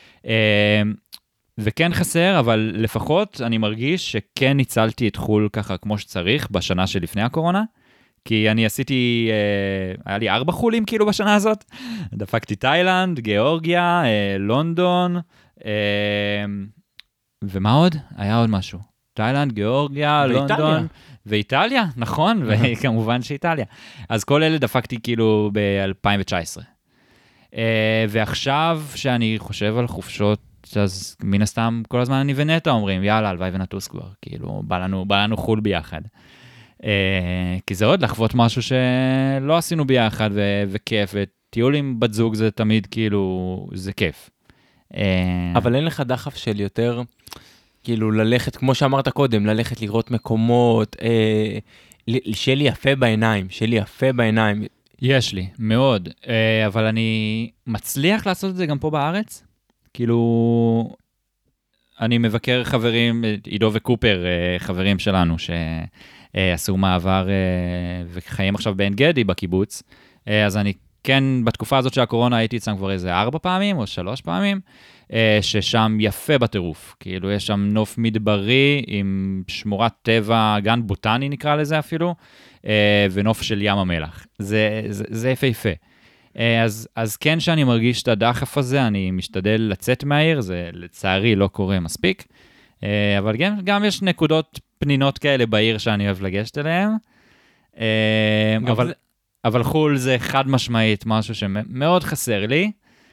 וכן חסר, אבל לפחות אני מרגיש שכן ניצלתי את חול ככה כמו שצריך בשנה שלפני הקורונה, כי אני עשיתי, אה, היה לי ארבע חולים כאילו בשנה הזאת, דפקתי תאילנד, גיאורגיה, אה, לונדון, אה, ומה עוד? היה עוד משהו. תאילנד, גיאורגיה, לונדון, ואיטליה, נכון, וכמובן שאיטליה. אז כל אלה דפקתי כאילו ב-אלפיים תשע עשרה. אה, ועכשיו שאני חושב על חופשות, אז מן הסתם כל הזמן אני ונטה אומרים, יאללה, הלוואי ונטוס כבר, כאילו, בא לנו, בא לנו חול ביחד. Uh, כי זה עוד לחוות משהו שלא עשינו ביחד ו- וכיף, וטיול עם בת זוג זה תמיד כאילו, זה כיף. Uh, אבל אין לך דחף של יותר, כאילו ללכת, כמו שאמרת קודם, ללכת לראות מקומות, uh, שיהיה לי יפה בעיניים, שיהיה לי יפה בעיניים. יש לי, מאוד, uh, אבל אני מצליח לעשות את זה גם פה בארץ, כאילו, אני מבקר חברים, עידו וקופר, חברים שלנו, שעשו מעבר וחיים עכשיו בעין גדי בקיבוץ, אז אני כן, בתקופה הזאת של הקורונה הייתי אצלם כבר איזה ארבע פעמים או שלוש פעמים, ששם יפה בטירוף, כאילו יש שם נוף מדברי עם שמורת טבע, גן בוטני נקרא לזה אפילו, ונוף של ים המלח. זה, זה, זה יפה יפה. אז, אז כן שאני מרגיש את הדחף הזה, אני משתדל לצאת מהעיר, זה לצערי לא קורה מספיק, אבל גם, גם יש נקודות פנינות כאלה בעיר שאני אוהב לגשת אליהן, אבל, זה... אבל חול זה חד משמעית משהו שמאוד חסר לי,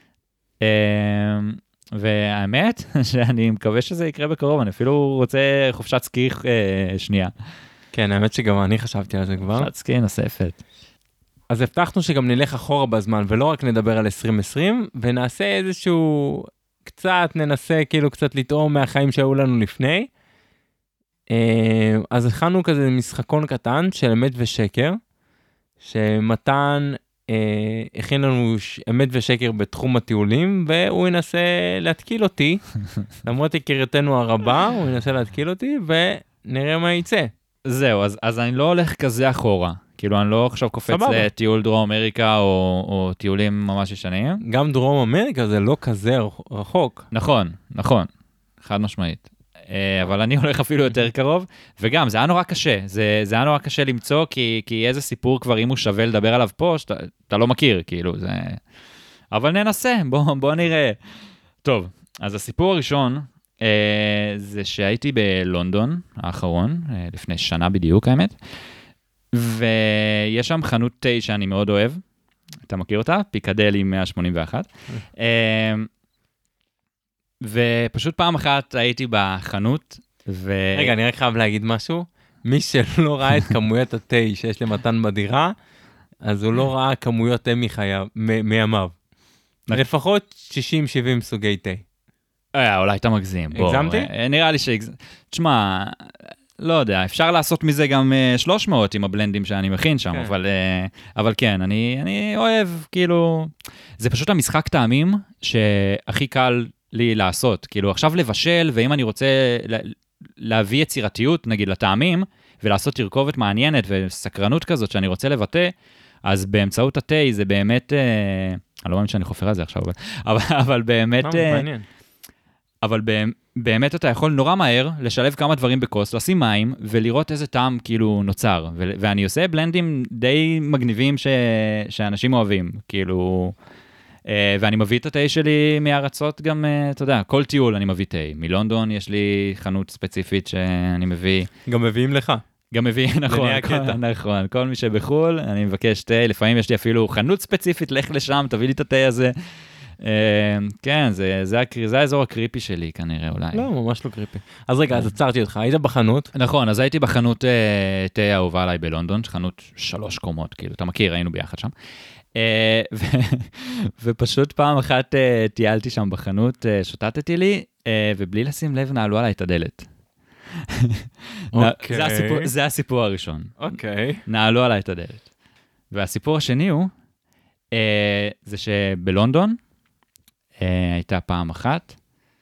והאמת שאני מקווה שזה יקרה בקרוב, אני אפילו רוצה חופשת סקי שנייה. כן, האמת שגם אני חשבתי על זה כבר. חופשת סקי נוספת. אז הבטחנו שגם נלך אחורה בזמן, ולא רק נדבר על עשרים עשרים, ונעשה איזשהו, קצת ננסה כאילו קצת לטעום מהחיים שהיו לנו לפני. אז הכנו כזה משחקון קטן של אמת ושקר, שמתן אה, הכין לנו אמת ושקר בתחום הטיולים, והוא ינסה להתקיל אותי, למרות הכירתנו הרבה, הוא ינסה להתקיל אותי, ונראה מה יצא. זהו, אז, אז אני לא הולך כזה אחורה. כאילו, אני לא עכשיו קופץ סבבה. לטיול דרום אמריקה או, או טיולים ממש ישנים. גם דרום אמריקה זה לא כזה רחוק. נכון, נכון, חד משמעית. אבל אני הולך אפילו יותר קרוב, וגם, זה היה נורא קשה. זה, זה היה נורא קשה למצוא, כי, כי איזה סיפור כבר, אם הוא שווה לדבר עליו פה, שאתה אתה לא מכיר, כאילו, זה... אבל ננסה, בוא, בוא נראה. טוב, אז הסיפור הראשון, אה, זה שהייתי בלונדון האחרון, אה, לפני שנה בדיוק, האמת, ויש שם חנות תה שאני מאוד אוהב, אתה מכיר אותה? פיקדלי מאה שמונים ואחת. ופשוט פעם אחת הייתי בחנות, ו... רגע, אני רק חייב להגיד משהו. מי שלא ראה את כמויות התה שיש למתן בדירה, אז הוא לא ראה כמויות תה מחייו, מ- מימיו. לפחות שישים שבעים סוגי תה. אה, אולי אתה מגזים. בוא, הגזמתי? אה, נראה לי שהגז... תשמע, לא יודע, אפשר לעשות מזה גם אה, שלוש מאות עם הבלנדים שאני מכין שם, כן. אבל, אה, אבל כן, אני, אני אוהב, כאילו, זה פשוט המשחק טעמים שהכי קל לי לעשות. כאילו, עכשיו לבשל, ואם אני רוצה לה- להביא יצירתיות, נגיד, לטעמים, ולעשות תרכובת מעניינת וסקרנות כזאת שאני רוצה לבטא, אז באמצעות התה זה באמת, אה, אני לא מאמין שאני חופר על זה עכשיו, אבל, אבל באמת, לא, אה, מעניין. אבל באמת אתה יכול נורא מהר לשלב כמה דברים בכוס, לשים מים, ולראות איזה טעם כאילו נוצר. ו- ואני עושה בלנדים די מגניבים ש- שאנשים אוהבים, כאילו, אה, ואני מביא את התה שלי מארצות גם, אה, אתה יודע, כל טיול אני מביא תה. מלונדון יש לי חנות ספציפית שאני מביא. גם מביאים לך. גם מביא, נכון, הקטע. כל, נכון, כל מי שבחול, אני מבקש תה, לפעמים יש לי אפילו חנות ספציפית, לך לשם, תביא לי את התה הזה. Uh, כן, זה, זה, הקר... זה האזור הקריפי שלי כנראה אולי. לא, ממש לא קריפי. אז רגע, אז עצרתי אותך, היית בחנות? נכון, אז הייתי בחנות uh, תה האהובה עליי בלונדון, חנות שלוש קומות, כאילו, אתה מכיר, היינו ביחד שם. Uh, ו... ופשוט פעם אחת uh, טיילתי שם בחנות, uh, שוטטתי לי, uh, ובלי לשים לב נעלו עליי את הדלת. אוקיי. זה הסיפור, זה הסיפור הראשון. אוקיי. נעלו עליי את הדלת. והסיפור השני הוא, uh, זה שבלונדון, uh, הייתה פעם אחת,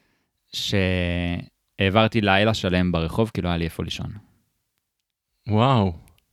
שהעברתי לילה שלם ברחוב, כי לא היה לי איפה לישון. וואו.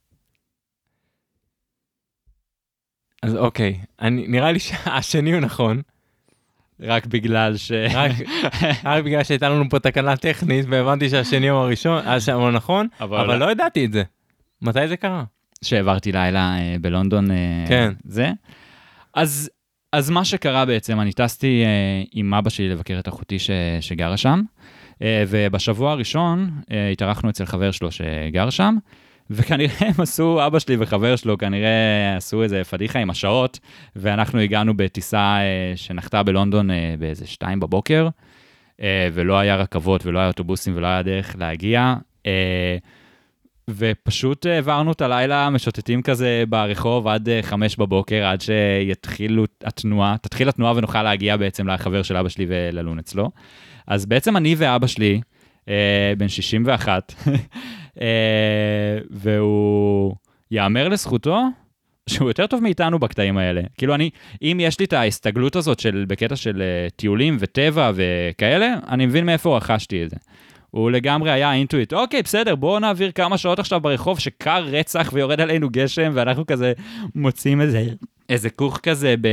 אז אוקיי, אני, נראה לי שהשני הוא נכון, רק בגלל ש... רק, רק בגלל שהייתה לנו פה תקלה טכנית, והבנתי שהשני הוא הראשון, השני הוא נכון, אבל- אבל לא ידעתי את זה. מתי זה קרה? שהעברתי לילה אה, בלונדון. אה, כן. זה. אז, אז מה שקרה בעצם, אני טסתי אה, עם אבא שלי לבקר את אחותי ש, שגרה שם, אה, ובשבוע הראשון אה, התארחנו אצל חבר שלו שגר שם, וכנראה הם עשו, אבא שלי וחבר שלו, כנראה עשו איזה פדיחה עם השעות, ואנחנו הגענו בטיסה אה, שנחתה בלונדון אה, באיזה שתיים בבוקר, אה, ולא היה רכבות ולא היה אוטובוסים ולא היה דרך להגיע, אה, ופשוט העברנו את הלילה משוטטים כזה ברחוב עד אה, חמש בבוקר, עד שיתחילו התנועה, תתחיל התנועה ונוכל להגיע בעצם לחבר של אבא שלי וללון אצלו. אז בעצם אני ואבא שלי, אה, בן שישים ואחת, אה, והוא יאמר לזכותו שהוא יותר טוב מאיתנו בקטעים האלה. כאילו אני, אם יש לי את ההסתגלות הזאת של, בקטע של אה, טיולים וטבע וכאלה, אני מבין מאיפה רכשתי את זה. הוא לגמרי היה אינטואיט, אוקיי, בסדר, בואו נעביר כמה שעות עכשיו ברחוב שקר רצח ויורד עלינו גשם, ואנחנו כזה מוצאים איזה, איזה כוך כזה ב...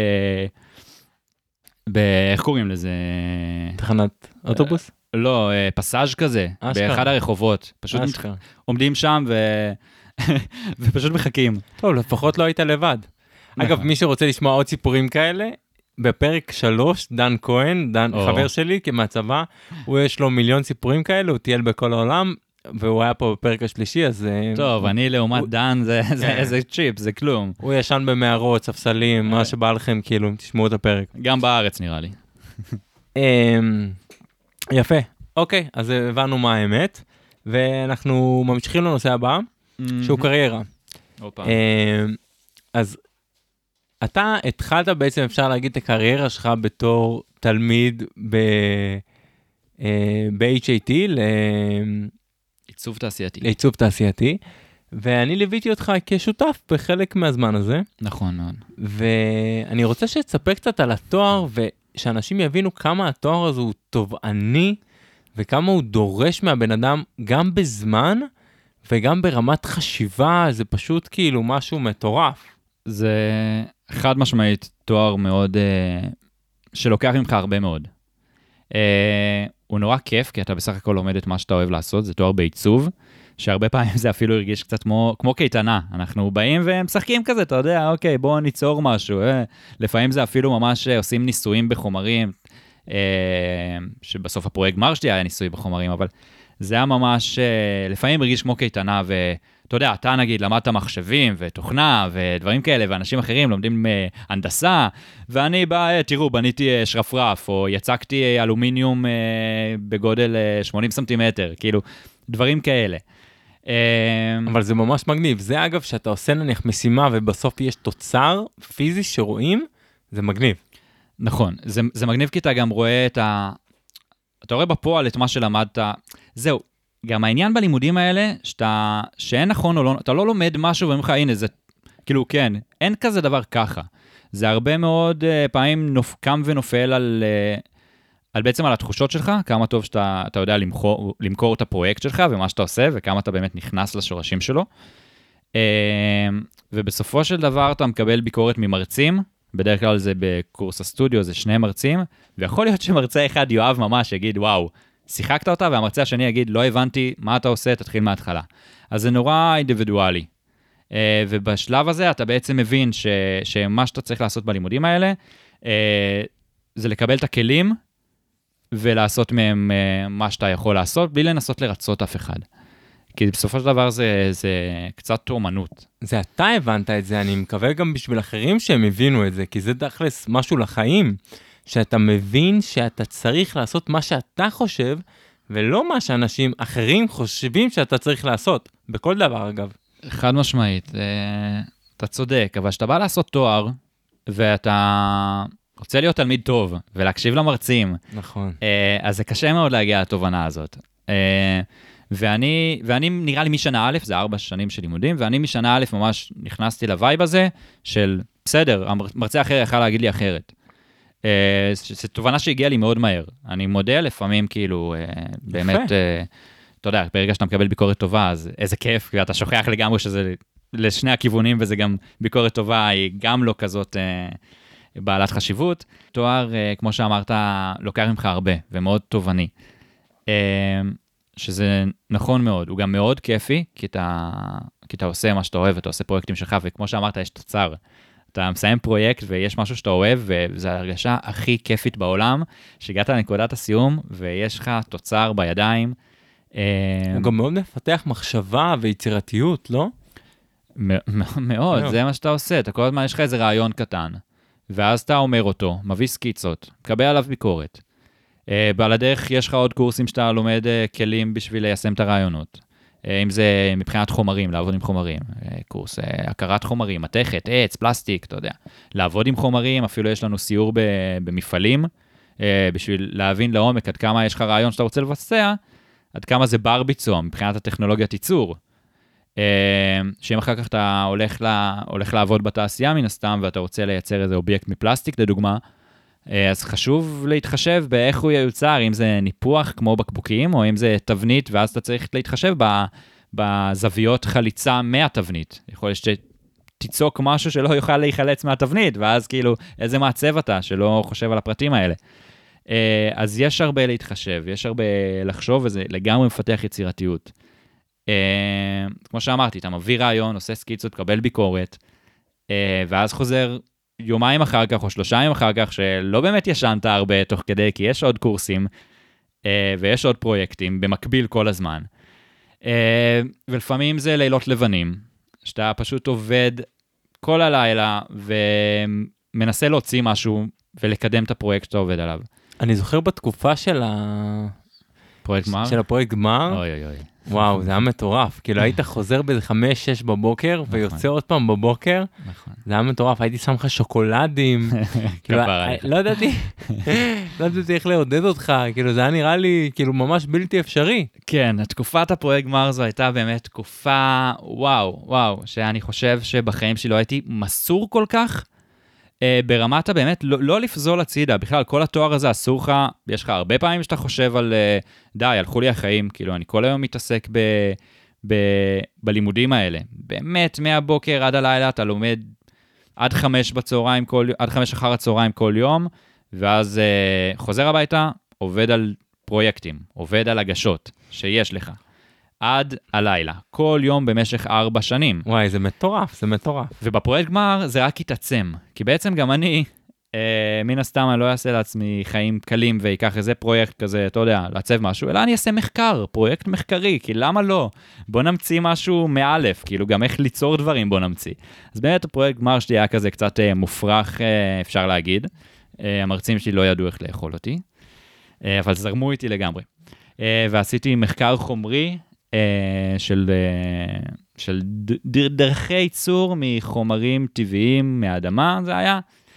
ב... איך קוראים לזה? תחנת אוטובוס? לא, אה, פסאז' כזה, אשכרה. באחד הרחובות. פשוט אשכרה. עומדים שם ו... ופשוט מחכים. טוב, לפחות לא היית לבד. אגב, מי שרוצה לשמוע עוד סיפורים כאלה, בפרק שלוש, דן כהן, דן, או. חבר שלי, מהצבא, הוא יש לו מיליון סיפורים כאלה, הוא טייל בכל העולם, והוא היה פה בפרק השלישי, אז... אה, טוב, אני לעומת הוא- דן, זה- זה כן. איזה צ'יפ, זה כלום. הוא ישן במערות, ספסלים, מה שבא לכם, כאילו, תשמעו את הפרק. גם בארץ נראה לי. אמ, יפה. אוקיי, אז הבנו מה האמת, ואנחנו ממשיכים לנושא הבא, שהוא קריירה. הופה. אמ, אז אתה התחלת בעצם, אפשר להגיד, את הקריירה שלך בתור תלמיד ב- אה, ב-אייץ' איי טי, ל- עיצוב תעשייתי. לעיצוב תעשייתי, ואני ליוויתי אותך כשותף בחלק מהזמן הזה, נכון מאוד. ואני רוצה שתספר קצת על התואר, ושאנשים יבינו כמה התואר הזה הוא תובעני, וכמה הוא דורש מהבן אדם גם בזמן, וגם ברמת חשיבה, זה פשוט כאילו משהו מטורף. זה חד משמעית תואר מאוד, אה, שלוקח ממך הרבה מאוד. אה, הוא נורא כיף, כי אתה בסך הכל לומד את מה שאתה אוהב לעשות, זה תואר בעיצוב, שהרבה פעמים זה אפילו הרגיש קצת כמו, כמו קייטנה. אנחנו באים ומשחקים כזה, אתה יודע, אוקיי, בואו ניצור משהו. אה. לפעמים זה אפילו ממש עושים ניסויים בחומרים, אה, שבסוף הפרויקט גמר שלי היה ניסוי בחומרים, אבל זה היה ממש, אה, לפעמים הרגיש כמו קייטנה, אתה יודע, אתה נגיד למדת מחשבים ותוכנה ודברים כאלה, ואנשים אחרים לומדים uh, הנדסה, ואני בא, uh, תראו, בניתי uh, שרפרף, או יצקתי uh, אלומיניום uh, בגודל uh, שמונים סנטימטר, כאילו, דברים כאלה. אבל זה ממש מגניב. זה אגב, שאתה עושה נניח משימה, ובסוף יש תוצר פיזי שרואים, זה מגניב. נכון, זה, זה מגניב כי אתה גם רואה את ה... אתה רואה בפועל את מה שלמדת. זהו, גם העניין בלימודים האלה, שאתה, שאין נכון או לא, אתה לא לומד משהו ואומרים לך, הנה, זה, כאילו, כן, אין כזה דבר ככה. זה הרבה מאוד uh, פעמים נופ, קם ונופל על, uh, על בעצם על התחושות שלך, כמה טוב שאתה אתה יודע למכור, למכור את הפרויקט שלך ומה שאתה עושה, וכמה אתה באמת נכנס לשורשים שלו. Uh, ובסופו של דבר אתה מקבל ביקורת ממרצים, בדרך כלל זה בקורס הסטודיו, זה שני מרצים, ויכול להיות שמרצה אחד יואב ממש יגיד, וואו, שיחקת אותה, והמרצה השני יגיד, לא הבנתי מה אתה עושה, תתחיל מההתחלה. אז זה נורא אינדיבידואלי. ובשלב הזה אתה בעצם מבין ש, שמה שאתה צריך לעשות בלימודים האלה, זה לקבל את הכלים, ולעשות מהם מה שאתה יכול לעשות, בלי לנסות לרצות אף אחד. כי בסופו של דבר זה, זה קצת אומנות. זה אתה הבנת את זה, אני מקווה גם בשביל אחרים שהם הבינו את זה, כי זה דחלס משהו לחיים, שאתה מבין שאתה צריך לעשות מה שאתה חושב, ולא מה שאנשים אחרים חושבים שאתה צריך לעשות, בכל דבר אגב. חד משמעית, אתה צודק, אבל שאתה בא לעשות תואר, ואתה רוצה להיות תלמיד טוב, ולהקשיב למרצים, נכון. אז זה קשה מאוד להגיע לתובנה הזאת. ואני, ואני נראה לי משנה א', זה ארבע שנים של לימודים, ואני משנה א' ממש נכנסתי לווייב הזה, של בסדר, המרצה אחר יכל להגיד לי אחרת. זו תובנה שהגיעה לי מאוד מהר. אני מודה לפעמים כאילו, באמת, אתה יודע, ברגע שאתה מקבל ביקורת טובה, אז איזה כיף, ואתה שוכח לגמרי שזה לשני הכיוונים, וזה גם ביקורת טובה, היא גם לא כזאת בעלת חשיבות. תואר, כמו שאמרת, לוקח ממך הרבה, ומאוד תובני. שזה נכון מאוד, הוא גם מאוד כיפי, כי אתה, כי אתה עושה מה שאתה אוהב, אתה עושה פרויקטים שלך, וכמו שאמרת, יש תוצר. אתה מסיים פרויקט ויש משהו שאתה אוהב, וזו ההרגשה הכי כיפית בעולם, שהגעת לנקודת הסיום, ויש לך תוצר בידיים. הוא גם מאוד מפתח מחשבה ויצירתיות, לא? מאוד, זה מה שאתה עושה. אתה כל הזמן, יש לך איזה רעיון קטן, ואז אתה אומר אותו, מביא סקיצות, קבל עליו ביקורת. בעל הדרך יש לך עוד קורסים שאתה לומד כלים בשביל ליישם את הרעיונות. אם זה מבחינת חומרים, לעבוד עם חומרים, קורס הכרת חומרים, מתכת, עץ, פלסטיק, אתה יודע. לעבוד עם חומרים, אפילו יש לנו סיור במפעלים, בשביל להבין לעומק עד כמה יש לך רעיון שאתה רוצה לבצע, עד כמה זה בר ביצוע מבחינת הטכנולוגיית ייצור. שאם אחר כך אתה הולך, לה, הולך לעבוד בתעשייה מן הסתם, ואתה רוצה לייצר איזה אובייקט מפלסטיק, לדוגמה, אז חשוב להתחשב באיך הוא ייוצר, אם זה ניפוח כמו בקבוקים, או אם זה תבנית, ואז אתה צריך להתחשב בזוויות חליצה מהתבנית. יכול להיות שתיצוק משהו שלא יוכל להיחלץ מהתבנית, ואז כאילו איזה מעצב אתה שלא חושב על הפרטים האלה. אז יש הרבה להתחשב, יש הרבה לחשוב, וזה לגמרי מפתח יצירתיות. כמו שאמרתי, אתה מביא רעיון, עושה סקיצות, קבל ביקורת, ואז חוזר יומיים אחר כך או שלושה ימים אחר כך, שלא באמת ישנת הרבה תוך כדי, כי יש עוד קורסים, ויש עוד פרויקטים במקביל כל הזמן. ולפעמים זה לילות לבנים, שאתה פשוט עובד כל הלילה, ומנסה להוציא משהו, ולקדם את הפרויקט שאתה עובד עליו. אני זוכר בתקופה של ה... פרויקט גמר? של הפרויקט גמר. אוי אוי אוי. וואו, זה היה מטורף. כאילו היית חוזר באיזה חמש, שש בבוקר, ויוצא עוד פעם בבוקר. נכון. זה היה מטורף, הייתי שם לך שוקולדים. לא ידעתי, לא ידעתי איך לעודד אותך, כאילו זה היה נראה לי כאילו ממש בלתי אפשרי. כן, תקופת הפרויקט גמר זו הייתה באמת תקופה, וואו, וואו, שאני חושב שבחיים שלי לא הייתי מסור כל כך, ברמת באמת לא, לא לפזול הצידה, בכלל כל התואר הזה אסור לך, יש לך הרבה פעמים שאתה חושב על, די, הלכו לי החיים, כאילו אני כל היום מתעסק ב, ב, בלימודים האלה, באמת מהבוקר עד הלילה אתה לומד עד חמש בצהריים, כל, עד חמש אחר הצהריים כל יום, ואז uh, חוזר הביתה, עובד על פרויקטים, עובד על הגשות שיש לך. עד הלילה, כל יום במשך ארבע שנים. וואי, זה מטורף, זה מטורף. ובפרויקט גמר זה רק התעצם, כי בעצם גם אני מן הסתם אני לא אעשה לעצמי חיים קלים ויקח איזה פרויקט כזה, אתה יודע, לעצב משהו, אלא אני אעשה מחקר, פרויקט מחקרי, כי למה לא? בוא נמציא משהו מאלף, כאילו גם איך ליצור דברים בוא נמציא. אז באמת הפרויקט גמר שלי היה כזה קצת מופרך, אפשר להגיד. המרצים שלי לא ידעו איך לאכול אותי, אבל זרמו איתי לגמרי. ועשיתי מחקר חומרי של, של דרכי ייצור מחומרים טבעיים מהאדמה, זה היה.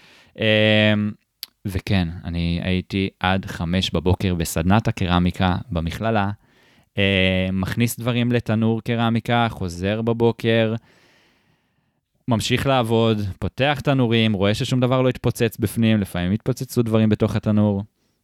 וכן, אני הייתי עד חמש בבוקר בסדנת הקרמיקה במכללה, מכניס דברים לתנור קרמיקה, חוזר בבוקר, ממשיך לעבוד, פותח תנורים, רואה ששום דבר לא התפוצץ בפנים, לפעמים התפוצצו דברים בתוך התנור,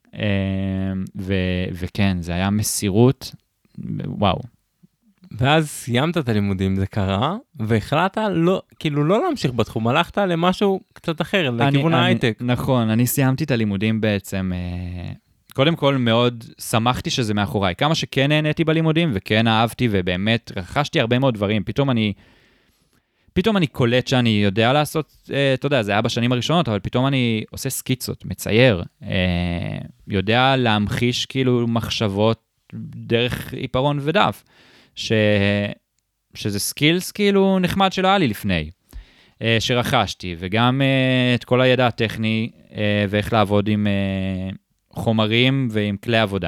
ו- וכן, זה היה מסירות, וואו. ואז סיימת את הלימודים, זה קרה, והחלטת לא, כאילו לא להמשיך בתחום, הלכת למשהו קצת אחר, לכיוון ההייטק. נכון, אני סיימתי את הלימודים בעצם, קודם כל מאוד שמחתי שזה מאחוריי, כמה שכן נהניתי בלימודים, וכן אהבתי, ובאמת רכשתי הרבה מאוד דברים, פתאום אני, פתאום אני קולט שאני יודע לעשות, אתה יודע, זה היה בשנים הראשונות, אבל פתאום אני עושה סקיצות, מצייר, יודע להמחיש כאילו מחשבות דרך עיפרון ודף, ש... שזה סקילס כאילו נחמד שלא היה לי לפני, שרכשתי, וגם את כל הידע הטכני, ואיך לעבוד עם חומרים ועם כלי עבודה.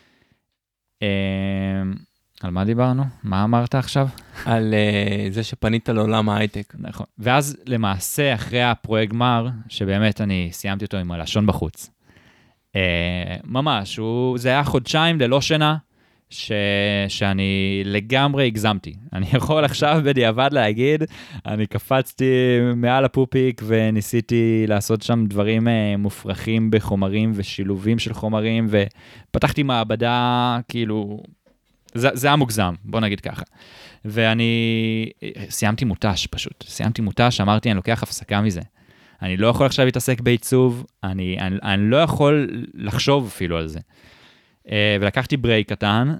על מה דיברנו? מה אמרת עכשיו? על uh, זה שפנית לעולם ההייטק. נכון. ואז למעשה, אחרי הפרויקט גמר, שבאמת אני סיימתי אותו עם הלשון בחוץ. Uh, ממש, הוא, זה היה חודשיים ללא שינה, ש, שאני לגמרי הגזמתי. אני יכול עכשיו בדיעבד להגיד, אני קפצתי מעל הפופיק, וניסיתי לעשות שם דברים uh, מופרכים בחומרים, ושילובים של חומרים, ופתחתי מעבדה, כאילו... זה, זה היה מוגזם, בוא נגיד ככה. ואני סיימתי מוטש פשוט, סיימתי מוטש, אמרתי, אני לוקח הפסקה מזה. אני לא יכול עכשיו להתעסק בעיצוב, אני, אני, אני לא יכול לחשוב אפילו על זה. ולקחתי ברייק קטן,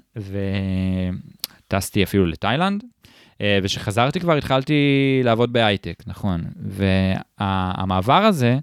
וטסתי אפילו לתאילנד, ושחזרתי כבר התחלתי לעבוד בהייטק, נכון. והמעבר הזה,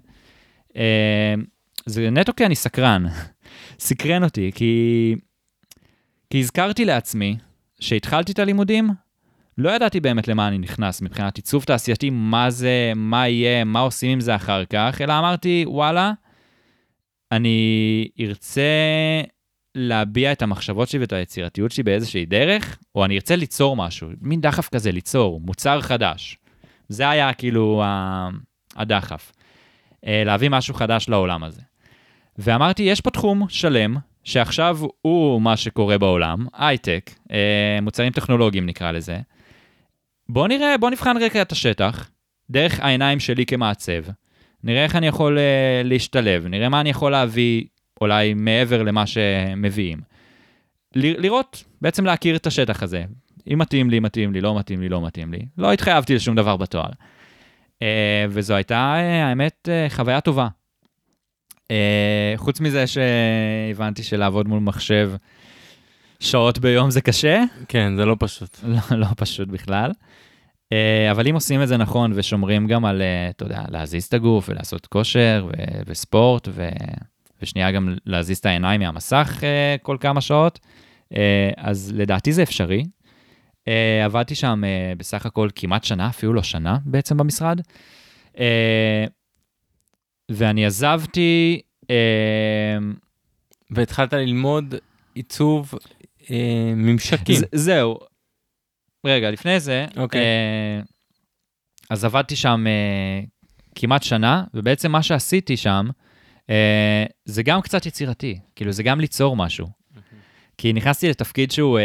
זה נטו כי אני סקרן, סקרן אותי, כי... כי הזכרתי לעצמי שהתחלתי את הלימודים, לא ידעתי באמת למה אני נכנס, מבחינת עיצוב תעשייתי, מה זה, מה יהיה, מה עושים עם זה אחר כך, אלא אמרתי, וואלה, אני ארצה להביע את המחשבות שלי ואת היצירתיות שלי באיזושהי דרך, או אני ארצה ליצור משהו, מין דחף כזה, ליצור, מוצר חדש. זה היה כאילו הדחף, להביא משהו חדש לעולם הזה. ואמרתי, יש פה תחום שלם, שעכשיו הוא מה שקורה בעולם, הייטק, מוצרים טכנולוגיים נקרא לזה. בוא נראה, בוא נבחן רגע את השטח, דרך העיניים שלי כמעצב, נראה איך אני יכול להשתלב, נראה מה אני יכול להביא, אולי מעבר למה שמביאים. לראות, בעצם להכיר את השטח הזה. אם מתאים לי, מתאים לי, לא מתאים לי, לא מתאים לי. לא התחייבתי לשום דבר בתואר. וזו הייתה, האמת, חוויה טובה. Uh, חוץ מזה שהבנתי שלעבוד מול מחשב שעות ביום זה קשה. כן, זה לא פשוט. לא, לא פשוט בכלל. Uh, אבל אם עושים את זה נכון ושומרים גם על, uh, אתה יודע, להזיז את הגוף ולעשות כושר ו- וספורט, ו- ושנייה גם להזיז את העיניים מהמסך uh, כל כמה שעות, uh, אז לדעתי זה אפשרי. Uh, עבדתי שם uh, בסך הכל כמעט שנה, אפילו לא שנה בעצם במשרד. Uh, ואני עזבתי... והתחלת ללמוד עיצוב ממשקים. זהו. רגע, לפני זה, אז עבדתי שם כמעט שנה, ובעצם מה שעשיתי שם, זה גם קצת יצירתי, כאילו זה גם ליצור משהו. כי נכנסתי לתפקיד שהוא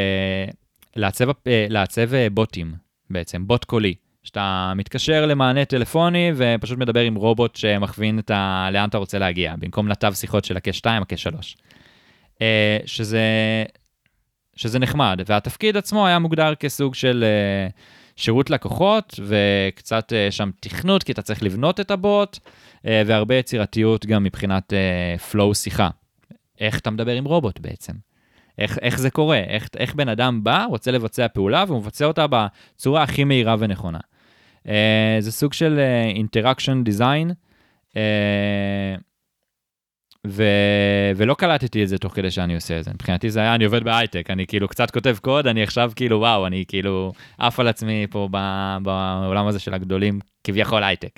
לעצב בוטים, בעצם, בוט קולי. שאתה מתקשר למענה טלפוני, ופשוט מדבר עם רובוט שמכווין את ה... לאן אתה רוצה להגיע, במקום לתו שיחות של הקש שתיים, הקש שלוש. שזה, שזה נחמד, והתפקיד עצמו היה מוגדר כסוג של שירות לקוחות, וקצת שם תכנות, כי אתה צריך לבנות את הבוט, והרבה יצירתיות גם מבחינת פלואו שיחה. איך אתה מדבר עם רובוט בעצם? איך, איך זה קורה? איך, איך בן אדם בא, רוצה לבצע פעולה, והוא מבצע אותה בצורה הכי מהירה ונכונה. Uh, זה סוג של uh, interaction design, ו... ולא קלטתי את זה תוך כדי שאני עושה את זה. מבחינתי זה היה, אני עובד בהייטק, אני כאילו קצת כותב קוד, אני עכשיו כאילו, וואו, אני כאילו עף על עצמי פה ב... בעולם הזה של הגדולים, כביכול הייטק.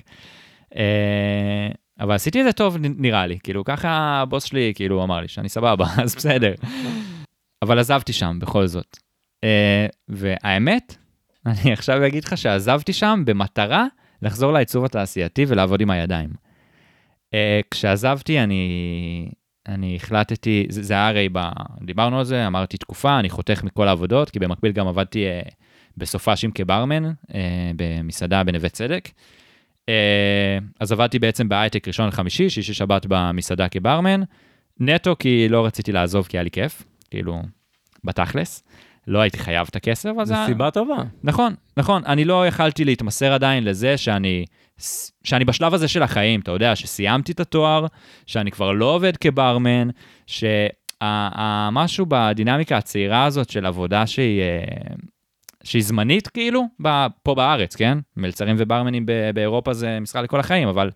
אבל עשיתי את זה טוב, נראה לי, כאילו ככה הבוס שלי כאילו אמר לי שאני סבבה, אז בסדר. אבל עזבתי שם בכל זאת. והאמת, אני עכשיו אגיד לך שעזבתי שם במטרה לחזור לעיצוב התעשייתי ולעבוד עם הידיים. כשעזבתי, אני, אני החלטתי, זה, זה היה הרי, ב, דיברנו על זה, אמרתי תקופה, אני חותך מכל העבודות, כי במקביל גם עבדתי בסופשים כברמן, במסעדה בנווה צדק. אז עבדתי בעצם בהייטק ראשון לחמישי, שישי שבת במסעדה כברמן, נטו כי לא רציתי לעזוב, כי היה לי כיף, כאילו, בתכלס. לא הייתי חייב את הכסף, אז... זה סיבה טובה. נכון, נכון. אני לא יכלתי להתמסר עדיין לזה שאני, שאני בשלב הזה של החיים, אתה יודע, שסיימתי את התואר, שאני כבר לא עובד כברמן, שמשהו בדינמיקה הצעירה הזאת של עבודה שהיא, שהיא זמנית כאילו, פה בארץ, כן? מלצרים וברמנים באירופה זה משרה לכל החיים, אבל...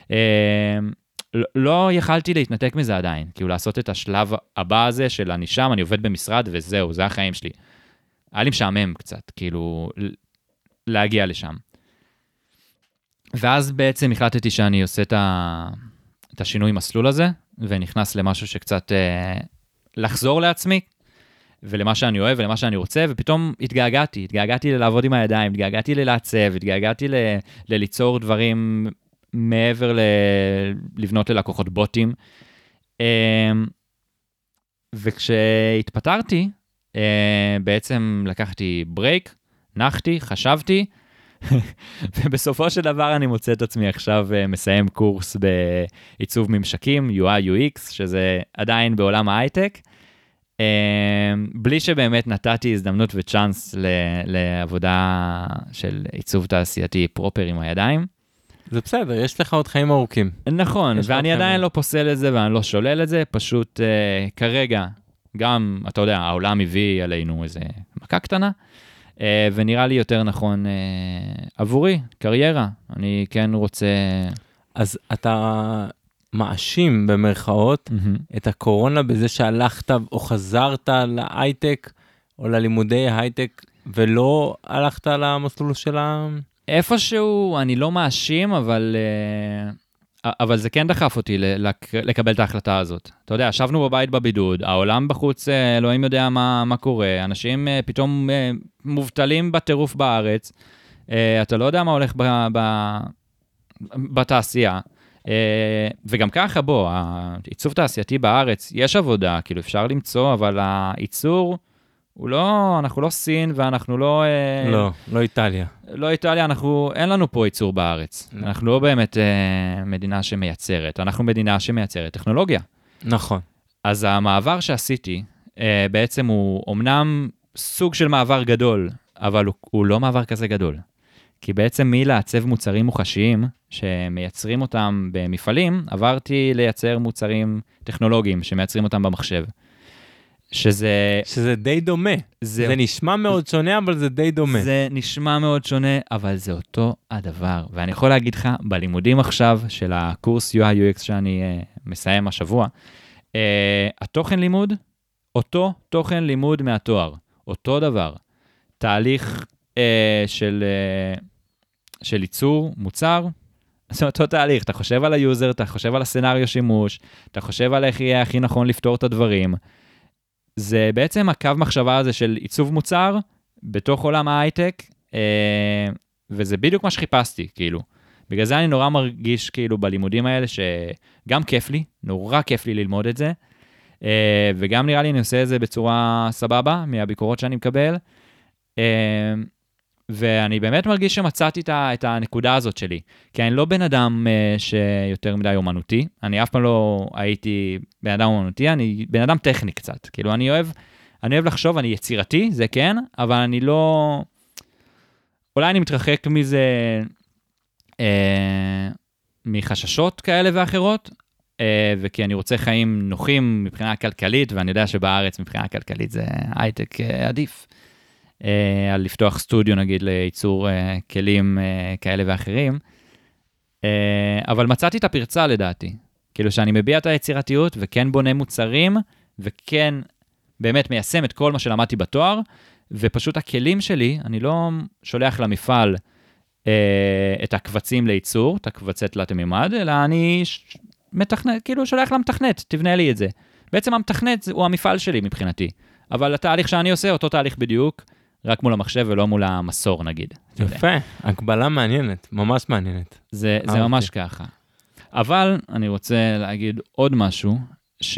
לא יכלתי להתנתק מזה עדיין, כאילו לעשות את השלב הבא הזה של אני שם, אני עובד במשרד וזהו, זה החיים שלי. היה לי משעמם קצת, כאילו, להגיע לשם. ואז בעצם החלטתי שאני עושה את, ה... את השינוי מסלול הזה, ונכנס למשהו שקצת אה, לחזור לעצמי, ולמה שאני אוהב ולמה שאני רוצה, ופתאום התגעגעתי, התגעגעתי ללעבוד עם הידיים, התגעגעתי ללעצב, התגעגעתי ל... לליצור דברים... מעבר ל... לבנות ללקוחות בוטים. וכשהתפטרתי, בעצם לקחתי ברייק, נחתי, חשבתי, ובסופו של דבר אני מוצא את עצמי עכשיו מסיים קורס בעיצוב ממשקים, יו איי יו אקס, שזה עדיין בעולם ההייטק, בלי שבאמת נתתי הזדמנות וצ'אנס לעבודה של עיצוב תעשייתי פרופר עם הידיים. זה בסדר, יש לך עוד חיים ארוכים. נכון, ואני עדיין לא פוסל את זה ואני לא שולל את זה, פשוט uh, כרגע, גם, אתה יודע, העולם הביא עלינו איזה מכה קטנה, uh, ונראה לי יותר נכון uh, עבורי, קריירה, אני כן רוצה... אז אתה מאשים במרכאות mm-hmm. את הקורונה בזה שהלכת או חזרת להייטק, או ללימודי הייטק, ולא הלכת למסלול של ה... איפשהו אני לא מאשים, אבל, אבל זה כן דחף אותי לקבל את ההחלטה הזאת. אתה יודע, ישבנו בבית בבידוד, העולם בחוץ, אלוהים יודע מה, מה קורה, אנשים פתאום מובטלים בטירוף בארץ, אתה לא יודע מה הולך ב, ב, בתעשייה, וגם ככה בוא, העיצוב תעשייתי בארץ, יש עבודה, כאילו אפשר למצוא, אבל הייצור... הוא לא, אנחנו לא סין ואנחנו לא... לא, לא איטליה. לא איטליה, אנחנו, אין לנו פה ייצור בארץ. לא. אנחנו לא באמת אה, מדינה שמייצרת, אנחנו מדינה שמייצרת טכנולוגיה. נכון. אז המעבר שעשיתי, אה, בעצם הוא אומנם סוג של מעבר גדול, אבל הוא, הוא לא מעבר כזה גדול. כי בעצם מלעצב מוצרים מוחשיים, שמייצרים אותם במפעלים, עברתי לייצר מוצרים טכנולוגיים, שמייצרים אותם במחשב. שזה... שזה די דומה. זה, זה נשמע מאוד שונה, אבל זה די דומה. זה נשמע מאוד שונה, אבל זה אותו הדבר. ואני יכול להגיד לך, בלימודים עכשיו של הקורס יו איי יו אקס שאני uh, מסיים השבוע, uh, התוכן לימוד, אותו תוכן לימוד מהתואר. אותו דבר. תהליך uh, של, uh, של ייצור, מוצר, זה אותו תהליך. אתה חושב על היוזר, אתה חושב על הסצנריו שימוש, אתה חושב על איך יהיה הכי נכון לפתור את הדברים, זה בעצם הקו מחשבה הזה של עיצוב מוצר בתוך עולם ההייטק, וזה בדיוק מה שחיפשתי, כאילו. בגלל זה אני נורא מרגיש כאילו בלימודים האלה שגם כיף לי, נורא כיף לי ללמוד את זה, וגם נראה לי אני עושה את זה בצורה סבבה, מהביקורות שאני מקבל, ואני באמת מרגיש שמצאתי את הנקודה הזאת שלי, כי אני לא בן אדם שיותר מדי אומנותי, אני אף פעם לא הייתי בן אדם אומנותי, אני בן אדם טכני קצת, כאילו אני אוהב, אני אוהב לחשוב, אני יצירתי, זה כן, אבל אני לא, אולי אני מתרחק מזה, אה, מחששות כאלה ואחרות, אה, וכי אני רוצה חיים נוחים מבחינה כלכלית, ואני יודע שבארץ מבחינה כלכלית זה הייטק אה, עדיף. על לפתוח סטודיו, נגיד, לייצור כלים כאלה ואחרים. אבל מצאתי את הפרצה לדעתי. כאילו שאני מביע את היצירתיות, וכן בונה מוצרים, וכן באמת מיישם את כל מה שלמדתי בתואר, ופשוט הכלים שלי, אני לא שולח למפעל אה, את הקבצים לייצור, את הקבצי תלת מימד, אלא אני ש... מתכנת, כאילו שולח למתכנת, תבנה לי את זה. בעצם המתכנת הוא המפעל שלי מבחינתי, אבל התהליך שאני עושה, אותו תהליך בדיוק, רק מול המחשב ולא מול המסור נגיד. יפה, הקבלה מעניינת, ממש מעניינת. זה, זה ממש ככה. אבל אני רוצה להגיד עוד משהו, ש...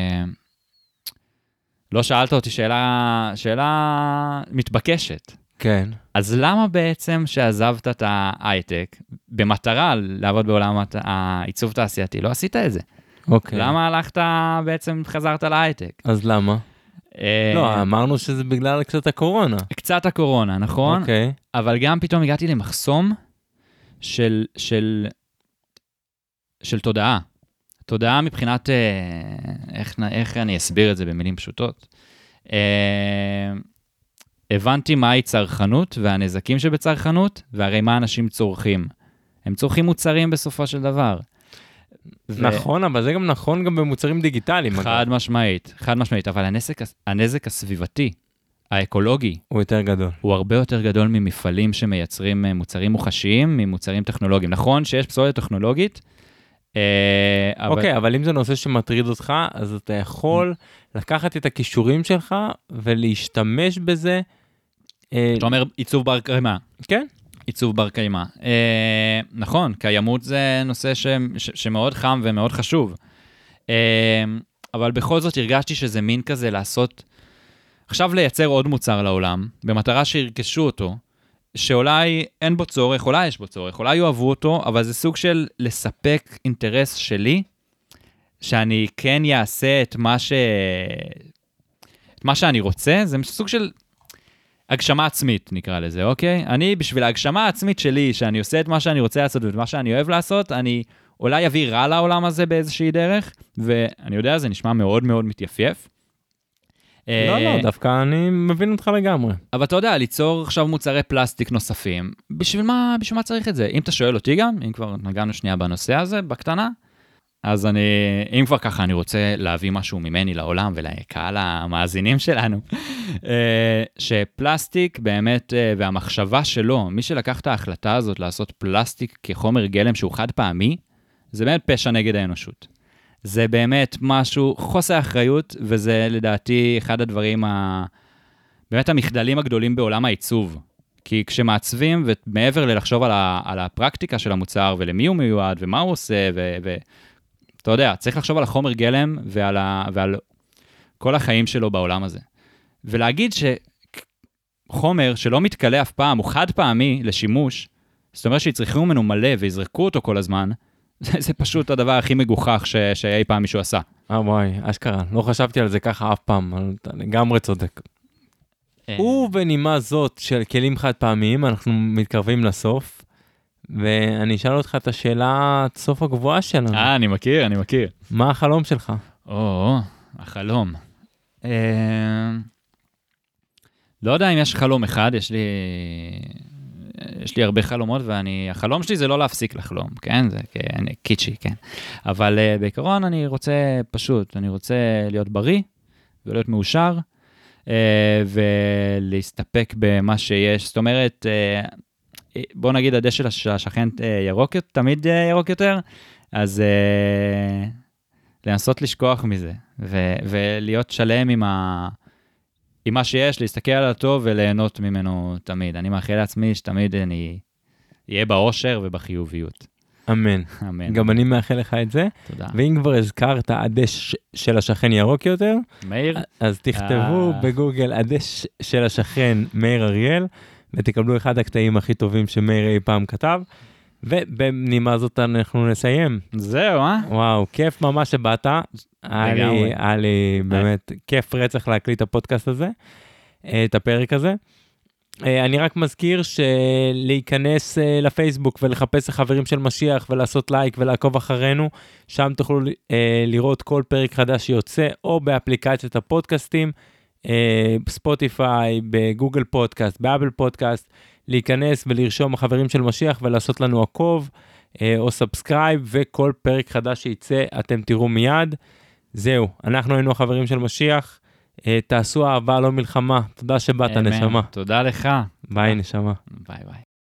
לא שאלת אותי שאלה, שאלה מתבקשת. כן. אז למה בעצם שעזבת את ההייטק, במטרה לעבוד בעולם העיצוב תעשייתי, לא עשית את זה? אוקיי. למה הלכת בעצם, חזרת להייטק? אז למה? לא, אמרנו שזה בגלל קצת הקורונה. קצת הקורונה, נכון? אוקיי. אבל גם פתאום הגעתי למחסום של, של, של תודעה. תודעה מבחינת, איך, איך אני אסביר את זה במילים פשוטות. הבנתי מהי צרכנות והנזקים שבצרכנות, והרי מה אנשים צורכים. הם צורכים מוצרים בסופו של דבר. נכון, אבל זה גם נכון גם במוצרים דיגיטליים. חד משמעית, חד משמעית, אבל הנזק, הנזק הסביבתי, האקולוגי, הוא יותר גדול. הוא הרבה יותר גדול ממפעלים שמייצרים מוצרים מוחשיים, ממוצרים טכנולוגיים. נכון שיש פסולת טכנולוגית, אוקיי, אבל אם זה נושא שמטריד אותך, אז אתה יכול לקחת את הכישורים שלך ולהשתמש בזה. אתה אומר עיצוב בר קיימא. כן. עיצוב בר קיימא. נכון, קיימות זה נושא שמאוד חם ומאוד חשוב. אבל בכל זאת הרגשתי שזה מין כזה לעשות, עכשיו לייצר עוד מוצר לעולם, במטרה שירכשו אותו, שאולי אין בו צורך, אולי יש בו צורך, אולי יאהבו אותו, אבל זה סוג של לספק אינטרס שלי, שאני כן יעשה את מה ש... את מה שאני רוצה, זה סוג של הגשמה עצמית, נקרא לזה, אוקיי? אני, בשביל ההגשמה העצמית שלי, שאני עושה את מה שאני רוצה לעשות, ואת מה שאני אוהב לעשות, אני אולי אביא רע לעולם הזה באיזושהי דרך, ואני יודע, זה נשמע מאוד מאוד מתייפייף, לא, לא, דווקא אני מבין אותך לגמרי. אבל אתה יודע, ליצור עכשיו מוצרי פלסטיק נוספים, בשביל מה, בשביל מה צריך את זה? אם אתה שואל אותי גם, אם כבר נגענו שנייה בנושא הזה, בקטנה, אז אני, אם כבר ככה, אני רוצה להביא משהו ממני לעולם ולקהל המאזינים שלנו, שפלסטיק באמת, והמחשבה שלו, מי שלקח את ההחלטה הזאת לעשות פלסטיק כחומר גלם שהוא חד פעמי, זה באמת פשע נגד האנושות. זה באמת משהו, חוסר אחריות, וזה לדעתי אחד הדברים, ה... באמת המחדלים הגדולים בעולם העיצוב. כי כשמעצבים, ומעבר ללחשוב על, ה... על הפרקטיקה של המוצר, ולמי הוא מיועד, ומה הוא עושה, ו... ו... אתה יודע, צריך לחשוב על החומר גלם, ועל, ה... ועל כל החיים שלו בעולם הזה. ולהגיד שחומר שלא מתקלה אף פעם, הוא חד פעמי לשימוש, זאת אומרת שיצריכו ממנו מלא, ויזרקו אותו כל הזמן, זה, זה פשוט הדבר הכי מגוחך ש, שאי פעם מישהו עשה. אה וואי, אשכרה, לא חשבתי על זה ככה אף פעם, אבל אתה לגמרי צודק. ובנימה זאת של כלים חד פעמיים, אנחנו מתקרבים לסוף, ואני אשאל אותך את השאלה עד סוף הגבוהה שלנו. אה, אני מכיר, אני מכיר. מה החלום שלך? או, החלום. לא יודע אם יש חלום אחד, יש לי... יש לי הרבה חלומות, ואני, החלום שלי זה לא להפסיק לחלום, כן? זה קיצ'י, כן? אבל uh, בעיקרון אני רוצה פשוט, אני רוצה להיות בריא, ולהיות מאושר, uh, ולהסתפק במה שיש. זאת אומרת, uh, בוא נגיד, הדשא של השכן uh, ירוק, תמיד uh, ירוק יותר, אז uh, לנסות לשכוח מזה, ו- ולהיות שלם עם ה... עם מה שיש, להסתכל על הטוב וליהנות ממנו תמיד. אני מאחל לעצמי שתמיד אני אהיה באושר ובחיוביות. אמן. אמן. גם אני מאחל לך את זה. תודה. ואם כבר הזכרת הדש של השכן ירוק יותר, מאיר? אז תכתבו בגוגל הדש של השכן מאיר אריאל, ותקבלו אחד הקטעים הכי טובים שמאיר אי פעם כתב. ובנימה זאת אנחנו נסיים. זהו, אה? וואו, כיף ממש שבאת. היה לי באמת כיף רצח להקליט את הפודקאסט הזה, את הפרק הזה. אני רק מזכיר שלהיכנס לפייסבוק ולחפש החברים של משיח ולעשות לייק ולעקוב אחרינו, שם תוכלו לראות כל פרק חדש שיוצא, או באפליקציית הפודקאסטים, בספוטיפיי, בגוגל פודקאסט, באפל פודקאסט, להיכנס ולרשום החברים של משיח ולעשות לנו עקוב, או סאבסקרייב, וכל פרק חדש שייצא אתם תראו מיד. זהו, אנחנו היינו החברים של משיח, תעשו אהבה לא מלחמה, תודה שבאת נשמה. תודה לך. ביי נשמה. ביי ביי.